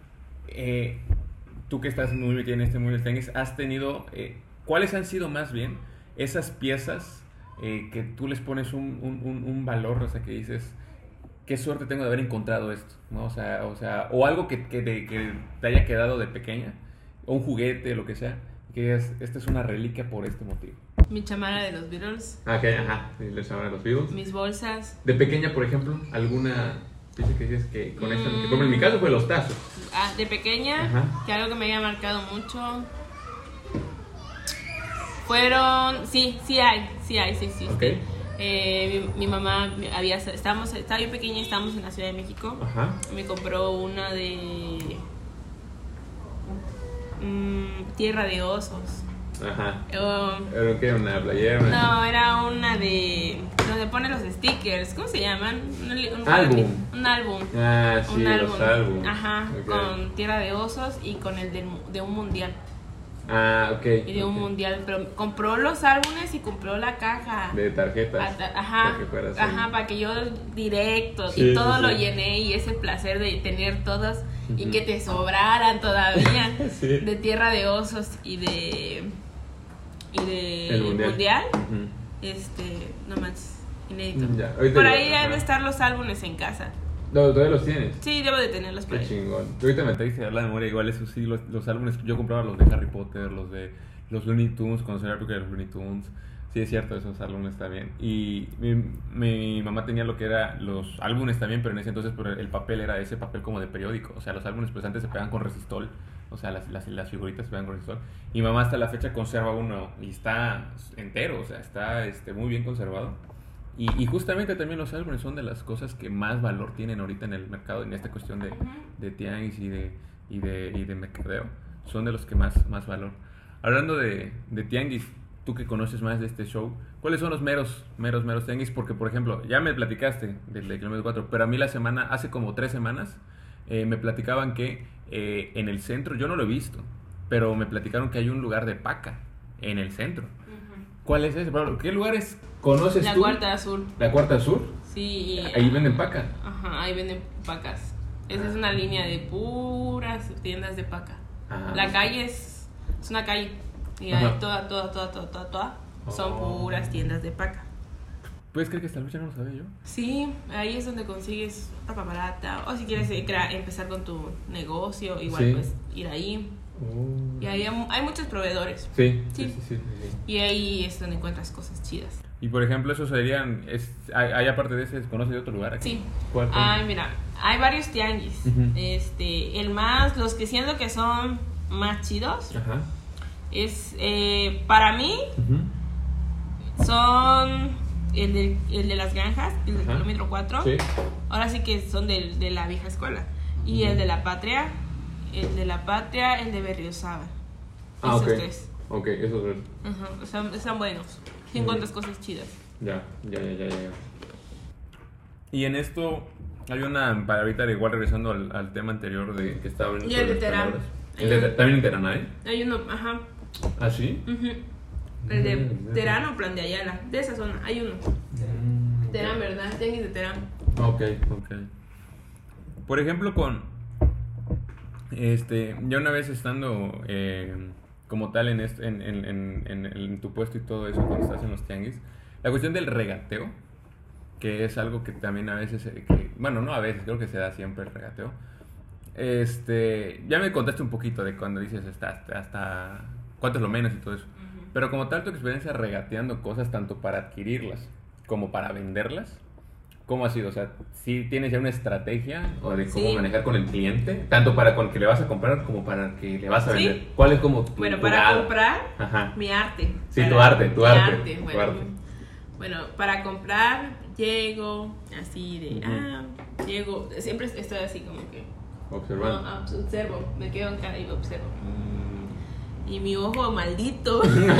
eh, tú que estás muy metido en este mundo del tenis, has tenido, eh, ¿cuáles han sido más bien esas piezas eh, que tú les pones un, un, un, un valor, o sea, que dices... qué suerte tengo de haber encontrado esto, ¿no? O sea, o, sea, o algo que, que, te, que te haya quedado de pequeña, o un juguete, lo que sea, que es, esta es una reliquia por este motivo. Mi chamarra de los Beatles. Ah, okay, ajá, sí, la chamarra de los Beatles. Mis bolsas. De pequeña, por ejemplo, alguna pieza que dices que con esta, mm. que como en mi caso fue los tazos. Ah, de pequeña, ajá. Que algo que me haya marcado mucho. Fueron, sí, sí hay, sí hay, sí existe. Okay. Eh, mi, mi mamá había, estábamos, estaba bien pequeña y estábamos en la Ciudad de México. Ajá. Me compró una de mmm, Tierra de Osos. Ajá. Um, ¿Era qué? ¿Una playera? Una... No, era una de donde ponen los stickers. ¿Cómo se llaman? Un, un álbum. Un álbum. Ah, sí, un álbum. Los álbum. Ajá, okay. Con Tierra de Osos y con el de, de un mundial. Ah, ok. Y de un okay. mundial, pero compró los álbumes y compró la caja. De tarjetas. A, ajá, para que ajá, para que yo directo sí, y todo sí, lo sí. llené y ese placer de tener todos uh-huh. y que te sobraran todavía sí. de Tierra de Osos y de y de el mundial, mundial uh-huh. este, no más inédito. Ya, por ahí deben de estar los álbumes en casa. No, ¿todavía los tienes? Sí, debo de tenerlos por Qué ahí. Chingón. Yo ahorita me trajiste a dar la memoria, igual eso sí, los, los álbumes, yo compraba los de Harry Potter, los de los Looney Tunes, cuando se era época de los Looney Tunes. Sí, es cierto, esos álbumes también. Y mi, mi mamá tenía lo que era los álbumes también, pero en ese entonces pero el papel era ese papel como de periódico. O sea, los álbumes pues antes se pegaban con resistol, o sea, las, las, las figuritas se pegaban con resistol. Y mamá hasta la fecha conserva uno y está entero, o sea, está este, muy bien conservado. Y, y justamente también los álbumes son de las cosas que más valor tienen ahorita en el mercado, en esta cuestión de, de tianguis y de, y, de, y de mercadeo. Son de los que más, más valor. Hablando de, de tianguis, tú que conoces más de este show, ¿cuáles son los meros, meros, meros tianguis? Porque, por ejemplo, ya me platicaste del de Kilómetro cuatro, pero a mí la semana, hace como tres semanas, eh, me platicaban que eh, en el centro, yo no lo he visto, pero me platicaron que hay un lugar de paca en el centro. ¿Cuál es ese? ¿Qué lugares conoces la tú? La Cuarta Sur. ¿La Cuarta Sur? Sí. Ahí venden paca. Ajá, ahí venden pacas. Esa ah. es una línea de puras tiendas de paca. Ah. La calle es, es una calle. Y ahí toda, toda, toda, toda, toda, toda son oh. puras tiendas de paca. ¿Puedes creer que esta lucha no lo sabía yo? Sí, ahí es donde consigues ropa barata. O si quieres eh, crea- empezar con tu negocio, igual Sí. pues ir ahí. Oh. Y ahí hay, hay muchos proveedores. Sí, sí, Sí. sí, sí, sí, sí. Y ahí es donde encuentras cosas chidas. Y por ejemplo, esos serían. Es, hay, hay aparte de ese, ¿conoces de otro lugar aquí? Sí. ¿Cuál? cuál? Ay, mira, hay varios tianguis. Ujú. Este, el más, los que siento que son más chidos, Ajá. es eh, para mí Ujú. son el de, el de las granjas, el del Ajá. kilómetro cuatro. Sí. Ahora sí que son del- de la vieja escuela. Y el de la patria, el de la patria, el de Berriozábal. Ah, Esos ok. tres. Ok, esos tres. Ajá, están, están buenos. Sí Muy encuentras cosas chidas. Ya, ya, ya, ya, ya. Y en esto hay una, para ahorita igual regresando al, al tema anterior de que estaba hablando Y el sobre de las Terán. palabras. El de, también en Terán hay. Hay uno, ajá. ¿Ah, sí? Ujú. El de Mm, Terán o Plan de Ayala. De esa zona, hay uno. Terán, ¿verdad? Tianguis de Terán. Ok, ok. Por ejemplo, con. Este. Ya una vez estando. Eh, como tal en, este, en, en, en, en, en tu puesto y todo eso, cuando estás en los tianguis. La cuestión del regateo. Que es algo que también a veces. eh, que, bueno, no a veces, creo que se da siempre el regateo. Este. Ya me contaste un poquito de cuando dices hasta. hasta, hasta cuánto es lo menos y todo eso. Ujú. Pero como tal, tu experiencia regateando cosas tanto para adquirirlas como para venderlas, ¿cómo ha sido? O sea, ¿sí tienes ya una estrategia o de cómo Sí. manejar con el cliente? Tanto para con el que le vas a comprar como para el que le vas a Sí. vender. ¿Cuál es como tu Bueno, tu para lado? comprar, Ajá. mi arte. Sí, Para- tu arte, tu mi arte, tu bueno, arte. bueno, para comprar, llego así de. Ujú. Ah, llego. Siempre estoy así como que. Observando. No, ah, observo. Me quedo en cara y observo. Mm. Y mi ojo maldito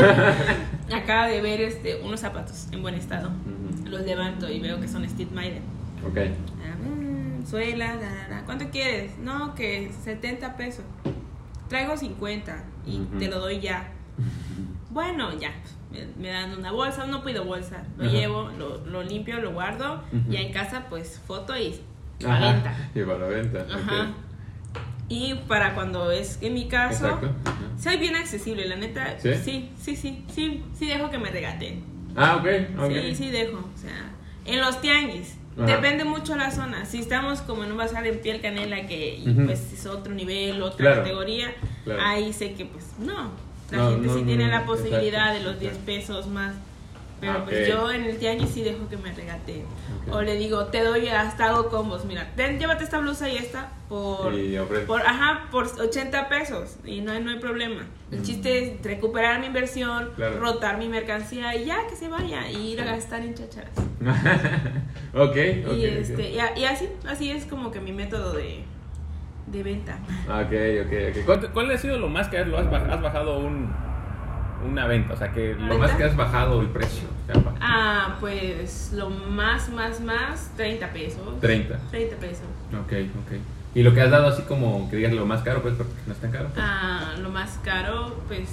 acaba de ver este, unos zapatos en buen estado. Ujú. Los levanto y veo que son Steve Madden. Ok. Ah, mm, suela, la, la, la. ¿Cuánto quieres? No, que setenta pesos. Traigo cincuenta y Ujú. te lo doy ya. Bueno, ya. Me, me dan una bolsa, no pido bolsa. Lo Ajá. llevo, lo, lo limpio, lo guardo. Ujú. Ya en casa, pues foto y Ajá. venta. Y para la venta. Ajá. Ok. Y para cuando es en mi caso, Exacto. Ajá. soy bien accesible, la neta. ¿Sí? Sí, sí, sí, sí, sí dejo que me regateen. Ah, ok. Ok. Sí, sí dejo. O sea, en los tianguis. Ajá. Depende mucho la zona. Si estamos como en un bazar en piel canela que y, Ujú. pues es otro nivel, otra Claro. categoría, Claro. ahí sé que pues no. La No, gente no, sí no, tiene no, la posibilidad exacto, de los diez exacto. pesos más. Pero Ah, pues ok. yo en el tianguis sí dejo que me regateen. Ok. O le digo, te doy hasta hago combos. Mira, ten, llévate esta blusa y esta por, Y ofrece. por ajá, por ochenta pesos. Y no hay, no hay problema. El Mm. chiste es recuperar mi inversión, Claro. rotar mi mercancía y ya que se vaya. Y ir a gastar en chacharas. ok, ok. y ok. este y, a- y así así es como que mi método de, de venta. Ok, ok, ok. ¿Cuánto- ¿Cuál ha sido lo más que has, lo has, baj- has bajado un, una venta? O sea, que lo ¿Venta? más que has bajado el precio. O sea, ba- Ah, pues lo más más más treinta pesos. treinta. treinta pesos. Ok, ok. ¿Y lo que has dado así como que digas lo más caro, pues, porque no es tan caro? Ah, lo más caro pues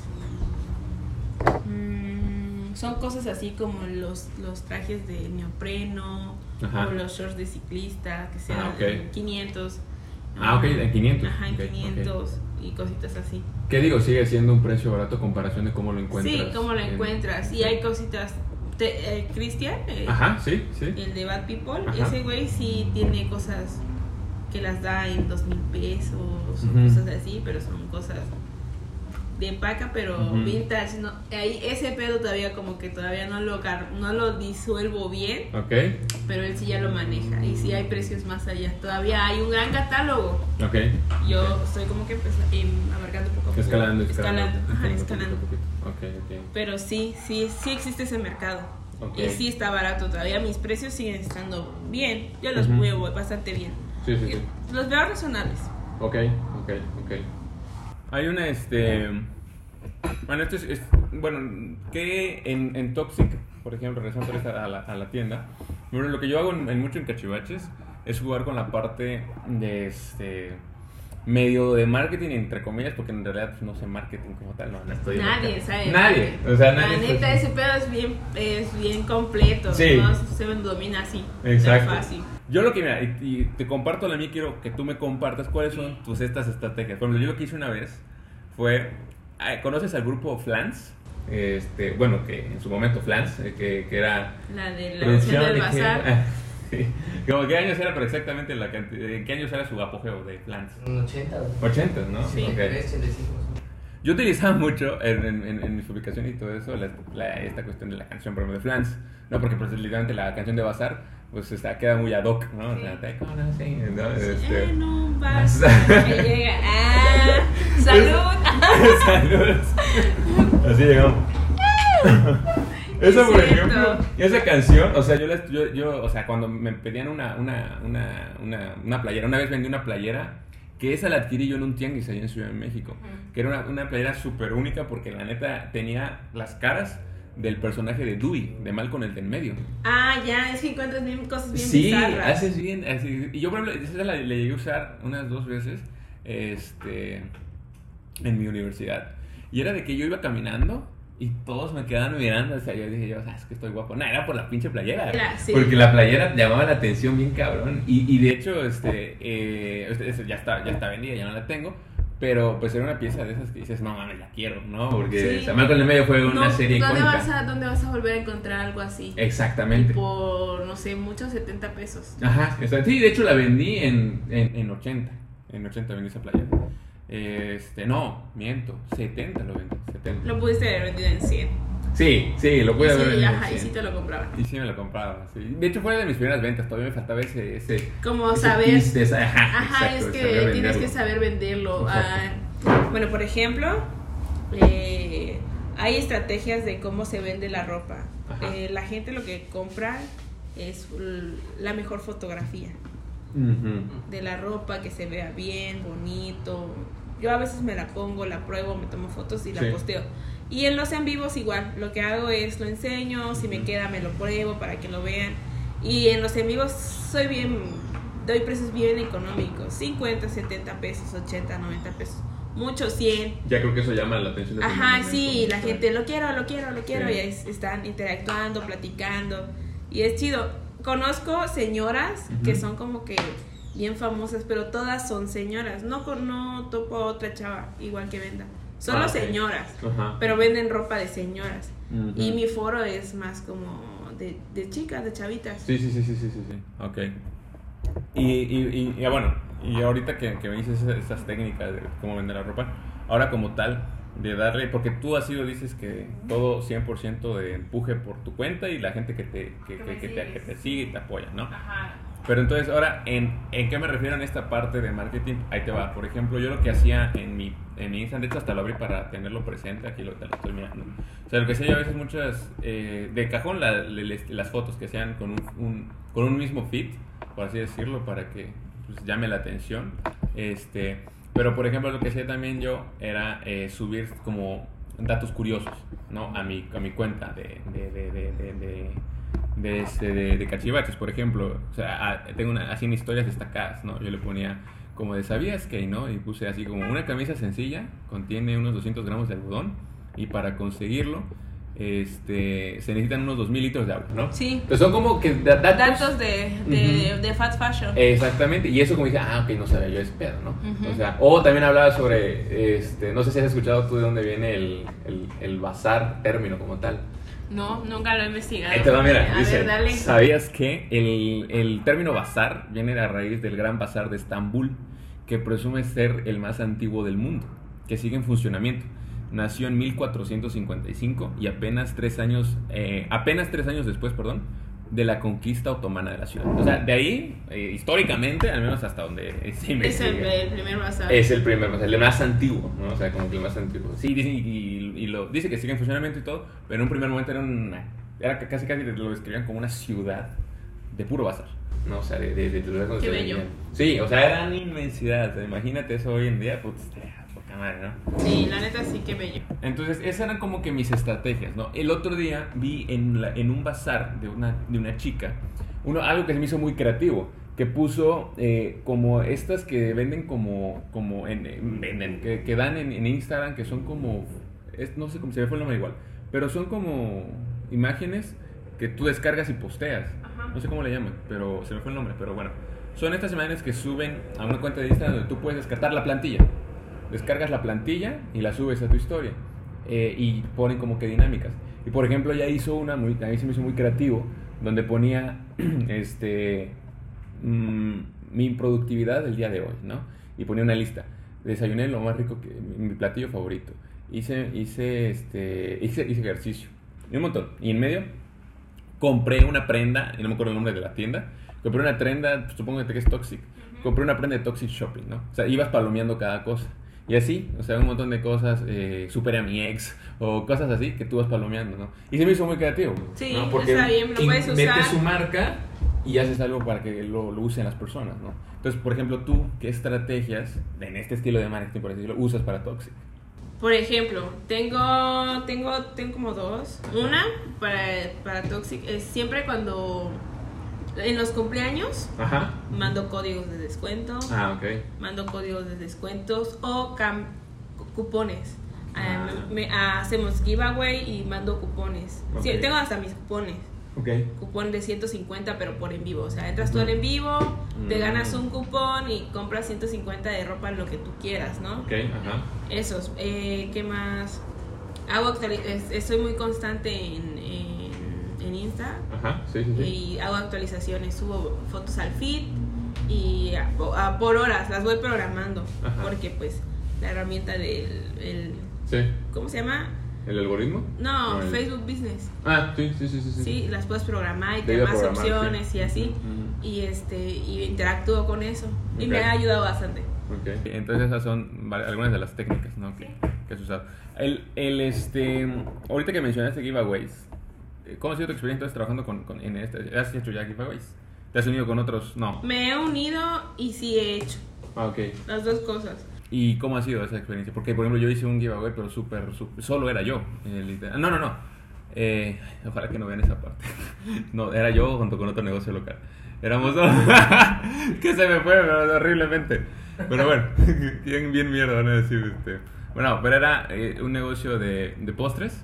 mm, son cosas así como los los trajes de neopreno Ajá. o los shorts de ciclista que sean Ah, ok. en quinientos. Ah, ok, en quinientos. Ajá, en Ok, ok. quinientos y cositas así. ¿Qué digo? Sigue siendo un precio barato a comparación de cómo lo encuentras. Sí, cómo lo en- encuentras. Y hay cositas. Te- eh, Cristian, eh, Ajá, sí, sí. el de Bad People, Ajá. ese güey sí tiene cosas que las da en dos mil pesos Ujú. o cosas así, pero son cosas de paca, pero Ujú. vintage. No, ahí ese pedo todavía como que todavía no lo, gar- no lo disuelvo bien, Ok, pero él sí ya lo maneja y sí hay precios más allá. Todavía hay un gran catálogo. ok. Yo estoy como que empeza- em, abarcando poco a poco. Escalando, escalando. Escalando, ajá, poquito, escalando. poquito, poquito. Ok, ok. Pero sí, sí, sí existe ese mercado. Ok. Y sí está barato todavía. Mis precios siguen estando bien. Yo los Ujú. muevo bastante bien. Sí, sí, sí. Los veo razonables. Ok, ok, ok. Hay una, este... Bueno, esto es... es- bueno, que en, en Toxic, por ejemplo, regresando otra vez a la, a la tienda, bueno, lo que yo hago en, en mucho en Cachivaches es jugar con la parte de, este... medio de marketing, entre comillas, porque en realidad pues, no sé marketing como tal, no, no estoy... en Nadie mercado. sabe. Nadie, o sea, nadie... La está- neta, ese pedo es bien, es bien completo. Sí. No se domina así. Exacto. Tan fácil. Yo lo que, mira, y, y te comparto la mía, quiero que tú me compartas cuáles son tus estas estrategias. Por ejemplo, yo lo que hice una vez fue, eh, ¿conoces al grupo Flans? Este, bueno, que en su momento Flans, eh, que, que era La de la producción del de bazar. que- sí. Como qué años era, pero exactamente la cantidad, en qué años era su apogeo de Flans. En ochenta, güey. ochenta, ¿no? Sí. Ok. ochenta y cinco, más o menos. Yo utilizaba mucho en, en, en, en mis publicaciones y todo eso la, la- esta cuestión de la canción, por ejemplo, de Flans, ¿no? Porque pues literalmente la canción de Bazar pues está, queda muy ad hoc, ¿no? O sea, te conocí, ¿no? Este... En un bazar que llega. ¡Ah! ¡Salud! Saludos. Así llegamos. Esa, por Es cierto. ejemplo, esa canción, o sea, yo, les, yo, yo, o sea, cuando me pedían una, una, una, una, una playera, una vez vendí una playera, que esa la adquirí yo en un tianguis allá en Ciudad de México, Ujú. que era una, una playera súper única porque la neta tenía las caras del personaje de Dewey, de Malcolm el de en medio. Ah, ya, es que encuentras bien cosas bien Sí, bizarras. haces bien, así, y yo por ejemplo, esa la, la llegué a usar unas dos veces, este, en mi universidad, y era de que yo iba caminando y todos me quedaban mirando, o sea, yo dije, yo, o sea, es que estoy guapo. No, era por la pinche playera. La- sí. Porque la playera llamaba la atención bien cabrón. Y, y de hecho, este, eh, este, este, ya está, ya está vendida, ya no la tengo. Pero pues era una pieza de esas que dices, no mames, la quiero, ¿no? Porque Sí. o sea, Malcolm en el medio fue una No, serie ¿dónde icónica. vas, a, ¿Dónde vas a volver a encontrar algo así? Exactamente. Y por, no sé, muchos setenta pesos. Ajá, está- sí, de hecho la vendí en, en, en ochenta. En ochenta vendí esa playera. Este, no, miento, setenta lo vendí, setenta. Lo pudiste haber vendido en cien. Sí, sí, lo pude Y haber sí, vendido en ajá, y cien. sí te lo compraban. Y sí me lo compraba, sí. De hecho fue de mis primeras ventas, todavía me faltaba ese... ese Como ese saber. twist de esa- ajá, Ajá, exacto, es de que saber tienes venderlo. que saber venderlo. Exacto. Ah, bueno, por ejemplo, eh, hay estrategias de cómo se vende la ropa. Ajá. Eh, la gente lo que compra es l- la mejor fotografía Ujú. de la ropa, que se vea bien, bonito. Yo a veces me la pongo, la pruebo, me tomo fotos y la Sí. posteo. Y en los en vivos igual, lo que hago es lo enseño, si me Ujú. queda me lo pruebo para que lo vean. Y en los en vivos soy bien, doy precios bien económicos, cincuenta, setenta pesos, ochenta, noventa pesos, mucho cien. Ya creo que eso llama la atención de todo el Ajá, mundo, sí, ¿no? la gente lo quiero, lo quiero, lo quiero, Sí. y ahí están interactuando, platicando, y es chido. Conozco señoras Ujú. que son como que bien famosas, pero todas son señoras. No, con- no topo a otra chava igual que venda. Solo Ah, ok. señoras, Ajá. pero venden ropa de señoras. Ujú. Y mi foro es más como de, de chicas, de chavitas. Sí, sí, sí, sí, sí, sí, sí. Ok. Y, y, y, y, bueno, y ahorita que, que me dices esas, esas técnicas de cómo vender la ropa, ahora como tal, de darle, porque tú así lo dices que todo cien por ciento de empuje por tu cuenta y la gente que te, que, Que que, me que te, sigues. que te sigue y te apoya, ¿no? Ajá. Pero entonces ahora, ¿en, ¿en qué me refiero en esta parte de marketing? Ahí te va. Por ejemplo, yo lo que hacía en mi, en mi Instagram, de hecho hasta lo abrí para tenerlo presente, aquí lo, te lo estoy mirando. O sea, lo que hacía yo a veces muchas, eh, de cajón la- le- le- las fotos que hacían con un, un- con un mismo fit, por así decirlo, para que pues, llame la atención. Este, pero por ejemplo, lo que hacía también yo era eh, subir como datos curiosos, ¿no? A mi, a mi cuenta de... de, de, de, de- de de, este, de, de cachivaches, por ejemplo. O sea, a- tengo una, así en historias destacadas, ¿no? Yo le ponía como de ¿sabías que? ¿No? Y puse así como una camisa sencilla, contiene unos doscientos gramos de algodón y para conseguirlo este, se necesitan unos dos mil litros de agua, ¿no? Sí. Pues son como que da- datos... Datos de, de, Ujú. de fast fashion. Exactamente, y eso como dije, ah, ok, no sabía yo ese pedo, ¿no? Ujú. O sea, o también hablaba sobre, este, no sé si has escuchado tú de dónde viene el, el, el bazar término como tal. No, nunca lo he investigado. Ahí te va, mira, A dice, ver, dale. ¿sabías que el, el término bazar viene a raíz del gran bazar de Estambul, que presume ser el más antiguo del mundo, que sigue en funcionamiento? Nació en mil cuatrocientos cincuenta y cinco y apenas tres años, eh, apenas tres años después, perdón, de la conquista otomana de la ciudad. O sea, de ahí, eh, históricamente, al menos hasta donde se Es investiga, el, el primer bazar. es el primer, o sea, el más antiguo, ¿no? O sea, como que el más antiguo. Sí, dice, y, y lo, dice que sigue en funcionamiento y todo, pero en un primer momento era una, era casi casi lo describían como una ciudad de puro bazar, ¿no? O sea, de, de, de, de lugares donde Qué se bello. vendían. Sí, o sea, eran inmensidad. O sea, imagínate eso hoy en día, pues, poca madre, ¿no? Sí, la neta sí que bello. Entonces, esas eran como que mis estrategias, ¿no? El otro día vi en, la- en un bazar de una, de una chica uno, algo que se me hizo muy creativo, que puso eh, como estas que venden como, como en, en- venden, que, que dan en, en Instagram, que son como, es- no sé cómo se me fue el nombre igual, pero son como imágenes que tú descargas y posteas. Ajá. No sé cómo le llaman, pero se me fue el nombre, pero bueno. Son estas imágenes que suben a una cuenta de Instagram donde tú puedes descartar la plantilla. Descargas la plantilla y la subes a tu historia. eh, y ponen como que dinámicas. Y por ejemplo, ya hizo una, muy, a mí se me hizo muy creativo, donde ponía este mmm, mi productividad del día de hoy, ¿no? Y ponía una lista. Desayuné lo más rico, que mi platillo favorito. Hice, hice, este, hice, hice ejercicio. Y un montón. Y en medio compré una prenda, y no me acuerdo el nombre de la tienda. Compré una prenda, supongo que es Toxic. Compré una prenda de Toxic Shopping, ¿no? O sea, ibas palomeando cada cosa. Y así, o sea, un montón de cosas, eh, superé a mi ex, o cosas así que tú vas palomeando, ¿no? Y se me hizo muy creativo. Sí, ¿no? Porque está bien, lo puedes usar. metes su marca y haces algo para que lo, lo usen las personas, ¿no? Entonces, por ejemplo, tú, ¿qué estrategias en este estilo de marketing, por decirlo, usas para Toxic? Por ejemplo, tengo, tengo, tengo como dos. Una para, para Toxic es siempre cuando en los cumpleaños. Ajá. Mando códigos de descuento. Ah, ok. Mando códigos de descuentos o cam cupones. Ah. Um, me, ah, hacemos giveaway y mando cupones. Okay. Sí, tengo hasta mis cupones. Okay. Cupón de ciento cincuenta, pero por en vivo. O sea, entras tú al en vivo, te Mm. ganas un cupón y compras ciento cincuenta de ropa, lo que tú quieras, ¿no? Ok, ajá. Esos. Eh, ¿Qué más? Hago actuali- es- estoy muy constante en, en, en Insta. Ajá, sí, sí, sí. Y hago actualizaciones, subo fotos al feed y a, a, por horas las voy programando. Ajá. Porque pues la herramienta del el, Sí. ¿cómo se llama? ¿El algoritmo? No, No, el- Facebook Business. Ah, sí, sí, sí, sí. Sí, sí. las puedes programar y Te te ayuda da a más programar, opciones sí. y así. Ujú. Y este y interactúo con eso. Y Ok. me ha ayudado bastante. Ok. Entonces esas son vari- algunas de las técnicas, ¿no? que, que has usado. El, el, este, ahorita que mencionaste giveaways, ¿cómo ha sido tu experiencia entonces trabajando con, con en este? ¿Has hecho ya giveaways? ¿Te has unido con otros? No. Me he unido y sí he hecho Ah, ok. las dos cosas. ¿Y cómo ha sido esa experiencia? Porque, por ejemplo, yo hice un giveaway, pero súper, súper- solo era yo. eh, literal. No, no, no. Eh, ojalá que no vean esa parte. No, era yo junto con otro negocio local. Éramos dos. Que se me fue pero horriblemente. Pero bueno, bien, bien mierda van a decir. Este. Bueno, pero era eh, un negocio de, de postres.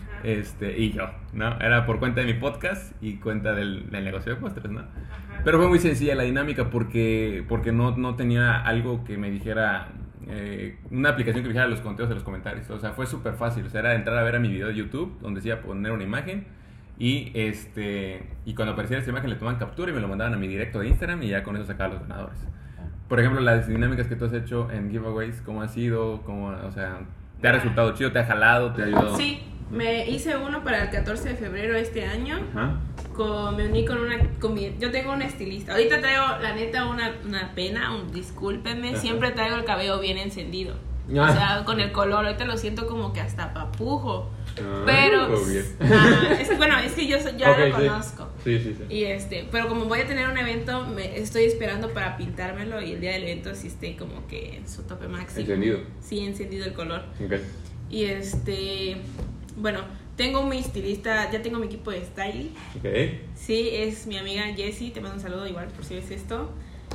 Este, y yo, ¿no? Era por cuenta de mi podcast y cuenta del, del negocio de postres, ¿no? Pero fue muy sencilla la dinámica porque, porque no, no tenía algo que me dijera, eh, una aplicación que me dijera los conteos de los comentarios. O sea, fue súper fácil. O sea, era entrar a ver a mi video de YouTube, donde decía poner una imagen y este y cuando apareciera esa imagen le tomaban captura y me lo mandaban a mi directo de Instagram y ya con eso sacaba los ganadores. Por ejemplo, las dinámicas que tú has hecho en giveaways, ¿cómo ha sido? ¿Cómo, o sea, ¿te ha resultado chido? ¿Te ha jalado? ¿Te ha ayudado? Sí, me hice uno para el catorce de febrero de este año. Ajá. Con, me uní con una con mi- yo tengo una estilista. Ahorita traigo la neta una, una pena, un discúlpenme, Ajá. siempre traigo el cabello bien encendido. Ah. O sea, con el color, ahorita lo siento como que hasta papujo. Ah, Pero bien. ah, es, bueno, es que yo soy- ya Ok, lo sí. conozco. Sí, sí, sí. Y este, pero como voy a tener un evento, me estoy esperando para pintármelo y el día del evento sí esté como que en su tope máximo. Encendido. Sí, encendido el color. Ok. Y este, bueno, tengo mi estilista, ya tengo mi equipo de styling. Ok. Sí, es mi amiga Jessie, te mando un saludo igual por si ves esto.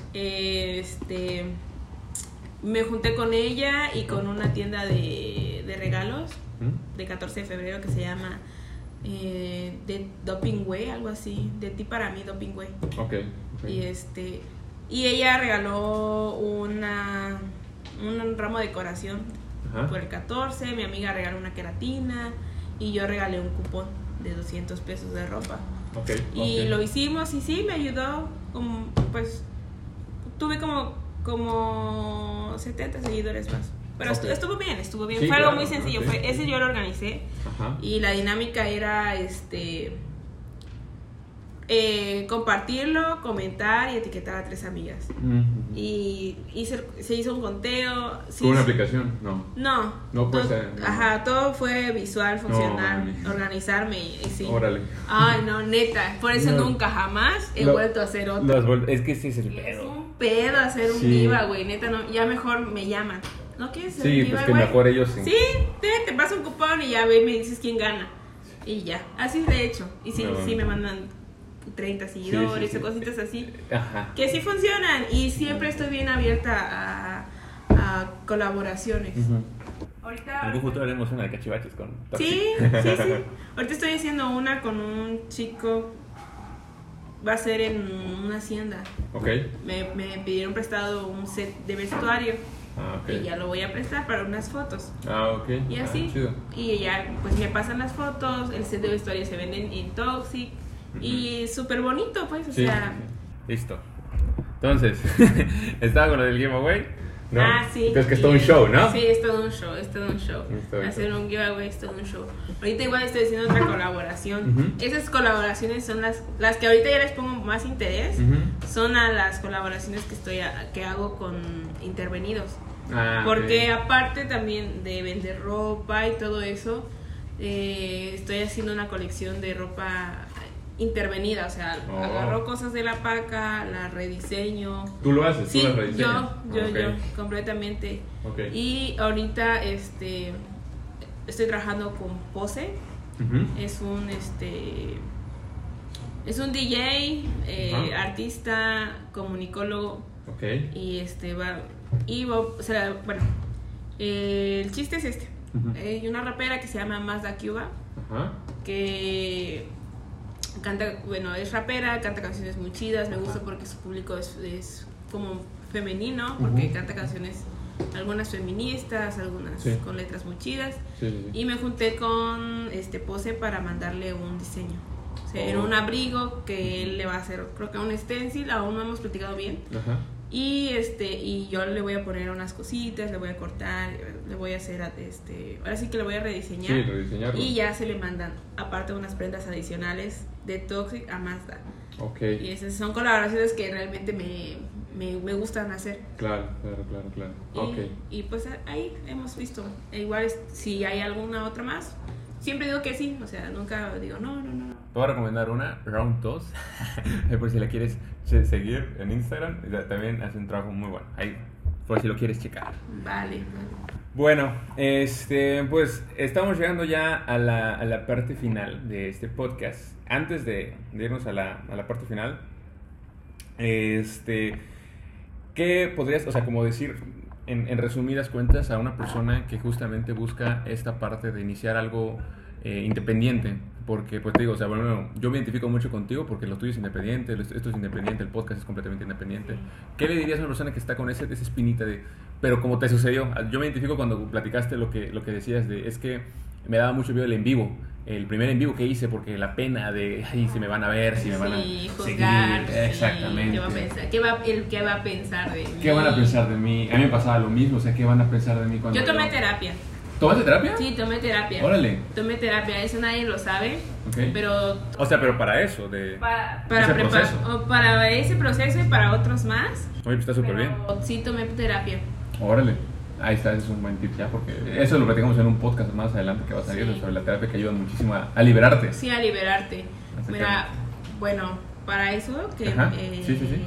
Este, me junté con ella y con una tienda de, de regalos ¿Mm? de catorce de febrero que se llama eh, de Doping Way, algo así, de ti para mí Doping Way. Ok. Ok. Y este, y ella regaló una un ramo de decoración Ajá. por el catorce, mi amiga regaló una queratina y yo regalé un cupón de doscientos pesos de ropa. Ok. Y ok. lo hicimos y sí, me ayudó, como, pues tuve como, como setenta seguidores más. Pero Ok. estu- estuvo bien, estuvo bien. Sí, Fue algo claro, muy sencillo, ok. fue, ese yo lo organicé Ajá. y la dinámica era este eh, compartirlo, comentar y etiquetar a tres amigas. Mm. Y hice- se hizo un conteo. sí, ¿Con una sí. aplicación? No. No, No puede todo- ser, no. Ajá, todo fue visual, funcional, No, organizarme y, y sí. Órale. Ay, no, neta, por eso No. nunca jamás he Lo- vuelto a hacer otro. Las vol- es que ese es el Es pedo. un pedo hacer un Sí. giveaway, neta, no, ya mejor me llaman. ¿No quieres hacer Sí, un pues que giveaway? mejor ellos sí. Sí, te, te paso un cupón y ya ve y me dices quién gana. Y ya, así lo he hecho. Y sí, No. sí me mandan treinta seguidores sí, sí. o cositas así. Ajá. Que sí funcionan y siempre estoy bien abierta a, a colaboraciones. Ujú. Ahorita... En algún futuro haremos una de cachivaches con Toxic. Sí, sí, sí. Ahorita estoy haciendo una con un chico. Va a ser en una hacienda. Ok. Me, me pidieron prestado un set de vestuario. Ah, okay. Y ya lo voy a prestar para unas fotos. Ah, ok. Y así. Ah, chido. Y ya, pues me pasan las fotos, el set de vestuario se venden en Toxic. Uh-huh. Y súper bonito, pues, o sí, sea. Sí, sí. Listo. Entonces, estaba con lo del giveaway, ¿no? Ah, sí. Entonces que es todo un show, ¿no? Sí, es todo un show, es todo un show. Todo Hacer show. un giveaway es todo un show. Ahorita igual estoy haciendo otra colaboración. Uh-huh. Esas colaboraciones son las las que ahorita ya les pongo más interés. Uh-huh. Son a las colaboraciones que estoy a, que hago con intervenidos. Ah, porque okay. aparte también de vender ropa y todo eso, eh, estoy haciendo una colección de ropa intervenida, o sea, oh. agarro cosas de la paca, la rediseño. ¿Tú lo haces? Sí, ¿tú las rediseñas? yo, yo, okay. yo, completamente. Okay. Y ahorita, este, estoy trabajando con Pose. Uh-huh. Es un, este, es un D J, eh, uh-huh. artista, comunicólogo. Okay. Y este va, y va, o sea, bueno, eh, el chiste es este. Uh-huh. Hay una rapera que se llama Mazda Cuba, uh-huh. que canta, bueno, es rapera, canta canciones muy chidas, me gusta porque su público es, es como femenino, porque uh-huh. canta canciones, algunas feministas, algunas sí. con letras muy chidas, sí, sí, sí. y me junté con este Pose para mandarle un diseño, o sea, oh. era un abrigo que él le va a hacer, creo que un stencil, aún no hemos platicado bien, uh-huh. y este y yo le voy a poner unas cositas, le voy a cortar, le voy a hacer este, ahora sí que le voy a rediseñar, sí, rediseñarlo. Y ya se le mandan aparte unas prendas adicionales de Toxic a Mazda. Okay. Y esas son colaboraciones que realmente me, me, me gustan hacer. Claro, claro, claro, claro. Y, okay. y pues ahí hemos visto. Igual es, si hay alguna otra más, siempre digo que sí, o sea, nunca digo no, no, no. Te voy a recomendar una, Round dos, por si la quieres seguir en Instagram, también hace un trabajo muy bueno, ahí, por si lo quieres checar. Vale, vale. Bueno, este, pues estamos llegando ya a la, a la parte final de este podcast. Antes de, de irnos a la, a la parte final, este, ¿qué podrías, o sea, como decir en, en resumidas cuentas a una persona que justamente busca esta parte de iniciar algo eh, independiente? Porque, pues te digo, o sea, bueno, yo me identifico mucho contigo porque lo tuyo es independiente, esto es independiente, el podcast es completamente independiente. ¿Qué le dirías a una persona que está con ese, esa espinita de, pero como te sucedió? Yo me identifico cuando platicaste lo que, lo que decías de, es que me daba mucho miedo el en vivo, el primer en vivo que hice, porque la pena de, ay, si me van a ver, si me van a sí, juzgar, seguir, exactamente. ¿Qué va a pensar? ¿Qué va, el, ¿Qué va a pensar de mí? ¿Qué van a pensar de mí? A mí me pasaba lo mismo, o sea, ¿qué van a pensar de mí cuando yo tomé yo... terapia. ¿Tomaste terapia? Sí, tomé terapia. Órale. Tomé terapia, eso nadie lo sabe. Okay. Pero. O sea, pero para eso, de. Para, para ese prepar, proceso. O para ese proceso y para otros más. Oye, pues está súper bien. Sí, tomé terapia. Órale. Ahí está, ese es un buen tip ya, porque eso lo platicamos en un podcast más adelante que va a salir, sí. sobre la terapia que ayuda muchísimo a, a liberarte. Sí, a liberarte. A Mira, bueno, para eso que. Eh, sí, sí, sí.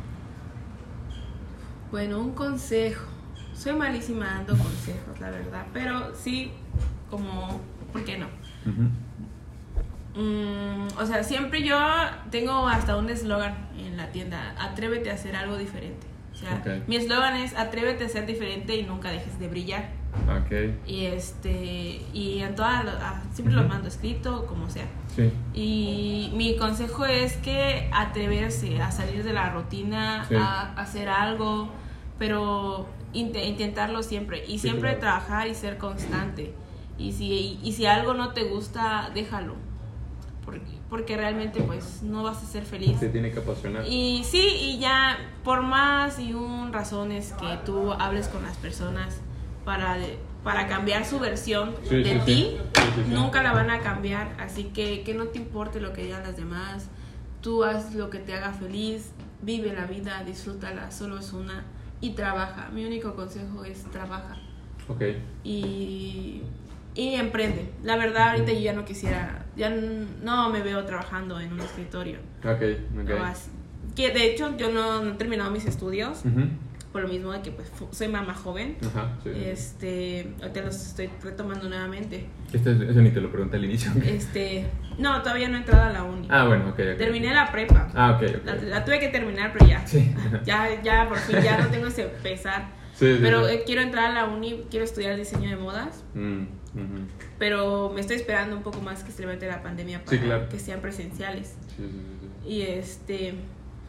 Bueno, un consejo. Soy malísima dando consejos, la verdad, pero sí, como, ¿por qué no? Uh-huh. Mm, o sea, siempre yo tengo hasta un eslogan en la tienda, atrévete a hacer algo diferente. O sea, okay. mi eslogan es atrévete a ser diferente y nunca dejes de brillar. Okay. Y este, y en todas, siempre uh-huh. lo mando escrito, como sea. Sí. Y mi consejo es que atreverse a salir de la rutina, sí. a, a hacer algo, pero intentarlo siempre y siempre sí, claro. trabajar y ser constante, y si, y si algo no te gusta, déjalo, porque, porque realmente pues no vas a ser feliz. Te tiene que apasionar. Y sí, y ya por más y un razones que tú hables con las personas para, para cambiar su versión sí, de sí, ti, sí. Sí, sí, sí. nunca la van a cambiar, así que que no te importe lo que digan las demás, tú haz lo que te haga feliz, vive la vida, disfrútala, solo es una. Y trabaja. Mi único consejo es trabaja. Ok. Y, y emprende. La verdad, ahorita yo ya no quisiera, ya no me veo trabajando en un escritorio. Ok, ok. No, así, que de hecho yo no, no he terminado mis estudios. Uh-huh. Por lo mismo de que pues soy mamá joven. Ajá, sí. Este, ahorita los estoy retomando nuevamente. Este, eso ni te lo pregunté al inicio. Este, no, todavía no he entrado a la uni. Ah, bueno, ok, okay. Terminé la prepa. Ah, ok, ok. La, la tuve que terminar, pero ya. Sí. Ya, ya, por fin, ya no tengo ese pesar. Sí, sí, pero sí. Eh, quiero entrar a la uni, quiero estudiar diseño de modas. Mm, uh-huh. Pero me estoy esperando un poco más que se levante la pandemia para sí, claro. que sean presenciales. Sí, sí, sí. Y este...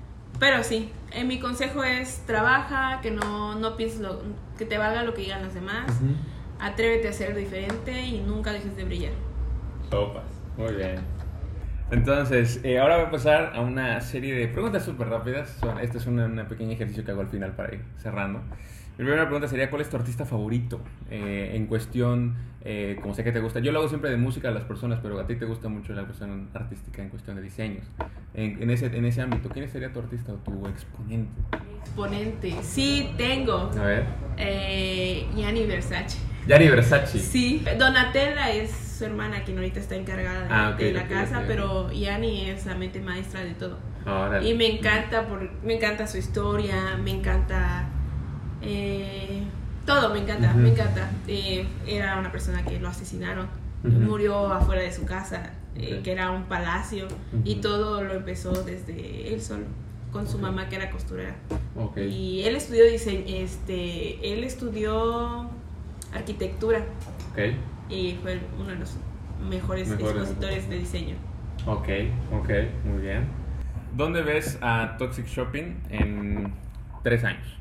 Pero sí, eh, mi consejo es trabaja, que no, no pienses lo, que te valga lo que digan los demás. Uh-huh. Atrévete a ser diferente y nunca dejes de brillar. Sopas, muy bien. Entonces, eh, ahora voy a pasar a una serie de preguntas súper rápidas. Este es un pequeño ejercicio que hago al final para ir cerrando. Mi primera pregunta sería, ¿cuál es tu artista favorito? Eh, en cuestión, eh, como sé que te gusta, yo lo hago siempre de música a las personas, pero a ti te gusta mucho la cuestión artística en cuestión de diseños. En, en, ese, en ese ámbito, ¿quién sería tu artista o tu exponente? Exponente, sí, tengo. A ver. Eh, Gianni Versace. Gianni Versace. Sí, Donatella es su hermana quien ahorita está encargada de, ah, okay, de la okay, casa, okay. Pero Gianni es la mente maestra de todo. Oh, y me encanta, por, me encanta su historia, me encanta... Eh, todo me encanta, uh-huh. me encanta. Eh, era una persona que lo asesinaron, uh-huh. murió afuera de su casa, okay. eh, que era un palacio, uh-huh. y todo lo empezó desde él solo, con su okay. mamá que era costurera. Okay. Y él estudió diseño, este, él estudió arquitectura, okay. y fue uno de los mejores, mejores expositores de diseño. Ok, ok, muy bien. ¿Dónde ves a Toxic Shopping en tres años?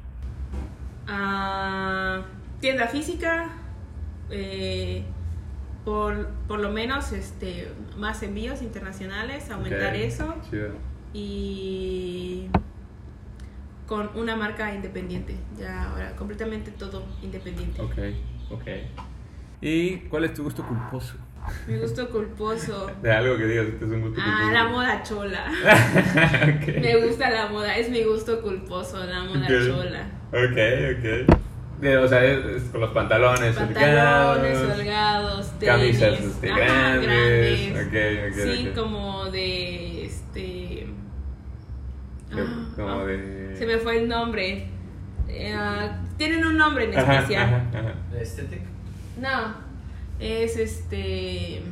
Uh, tienda física, eh, por, por lo menos este, más envíos internacionales, aumentar okay. eso. Chido. Y con una marca independiente, ya ahora completamente todo independiente. Ok, ok. ¿Y cuál es tu gusto culposo? Mi gusto culposo. De algo que digas que es un gusto ah, culposo. Ah, la moda chola. Okay. Me gusta la moda, es mi gusto culposo, la moda okay. chola. Ok, ok. De, o sea, es, es con los pantalones, pantalones holgados, tenis, camisas este, ajá, grandes. grandes. Okay, okay, sí, okay. como de este. Ah, como oh, de. Se me fue el nombre. Uh, tienen un nombre en especial. Ajá, ajá, ajá. ¿De estética? No, es este.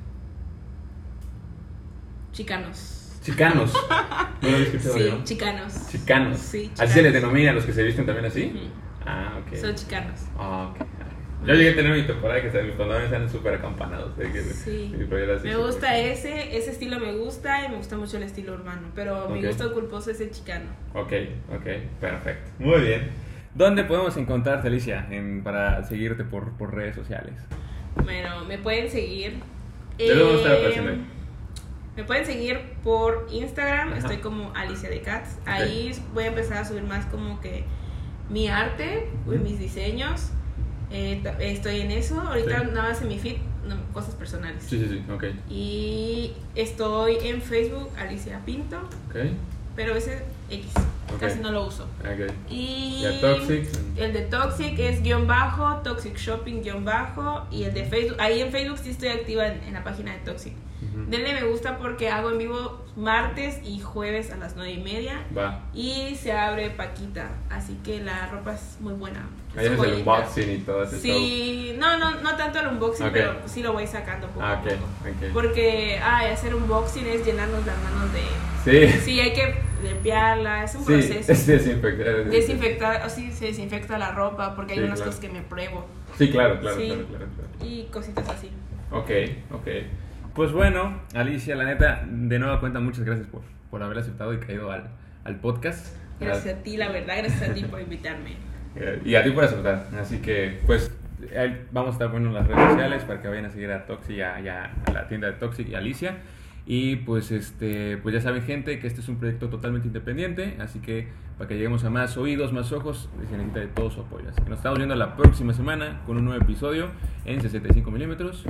Chicanos. Chicanos. No lo he escuchado sí, yo. chicanos. Chicanos. Sí, chicanos. ¿Así se les denomina a los que se visten también así? Uh-huh. Ah, ok. Son chicanos. Ah, ok. Yo llegué a tener mi temporada que mis pantalones eran súper acampanados. ¿eh? Que, sí. Que me gusta super... ese, ese estilo me gusta y me gusta mucho el estilo urbano. Pero okay. mi gusto culposo es el chicano. Ok, ok, perfecto. Muy bien. ¿Dónde podemos encontrarte, Alicia, en, para seguirte por, por redes sociales? Bueno, me pueden seguir. ¿De dónde está la página? Me pueden seguir por Instagram, ajá. estoy como Alicia de Cats. Okay. Ahí voy a empezar a subir más como que mi arte, uh-huh. mis diseños. Eh, estoy en eso. Ahorita sí. nada más en mi feed, no, cosas personales. Sí, sí, sí, ok. Y estoy en Facebook, Alicia Pinto. Ok. Pero ese X, okay. casi no lo uso. Okay. Y ¿Y Toxic? El de Toxic es guión bajo, Toxic Shopping guión bajo. Y el de Facebook, ahí en Facebook sí estoy activa en, en la página de Toxic. Uh-huh. Denle me gusta porque hago en vivo martes y jueves a las nueve y media. Va. Y se abre Paquita, así que la ropa es muy buena. Ahí es el unboxing y todo eso. Sí, no, no, no tanto el unboxing, okay. pero sí lo voy sacando poco ah, okay. a poco. Okay. Porque ay, hacer unboxing es llenarnos las manos de... Sí. Sí, hay que limpiarla, es un sí, proceso. Es desinfectar. Desinfectar, o sí, se desinfecta la ropa porque hay sí, unas claro. cosas que me pruebo. Sí, claro, claro, sí. claro, claro, claro. Y cositas así. Ok, ok. Pues bueno, Alicia, la neta, de nueva cuenta, muchas gracias por, por haber aceptado y caído al, al podcast. Gracias a ti, la verdad, gracias a ti por invitarme. Y a ti por aceptar. Así que, pues, vamos a estar poniendo en las redes sociales para que vayan a seguir a Toxic y a, a, a la tienda de Toxic y a Alicia. Y pues, este, pues ya saben, gente, que este es un proyecto totalmente independiente. Así que, para que lleguemos a más oídos, más ojos, se necesita de todo su apoyo. Así que nos estamos viendo la próxima semana con un nuevo episodio en sesenta y cinco milímetros.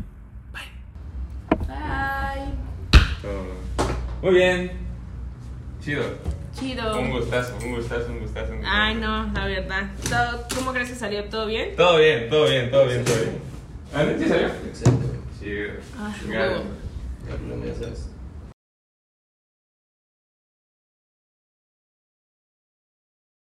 Bye. Oh. Muy bien. Chido. Chido. Un gustazo, un gustazo, un gustazo. Un gustazo. Ay, no, la verdad. ¿Todo, ¿Cómo crees que salió? ¿Todo bien? Todo bien, todo bien, todo bien, todo bien. ¿Ah, sí salió? Excelente. Chido. Ah, huevo. Ya, ya sabes.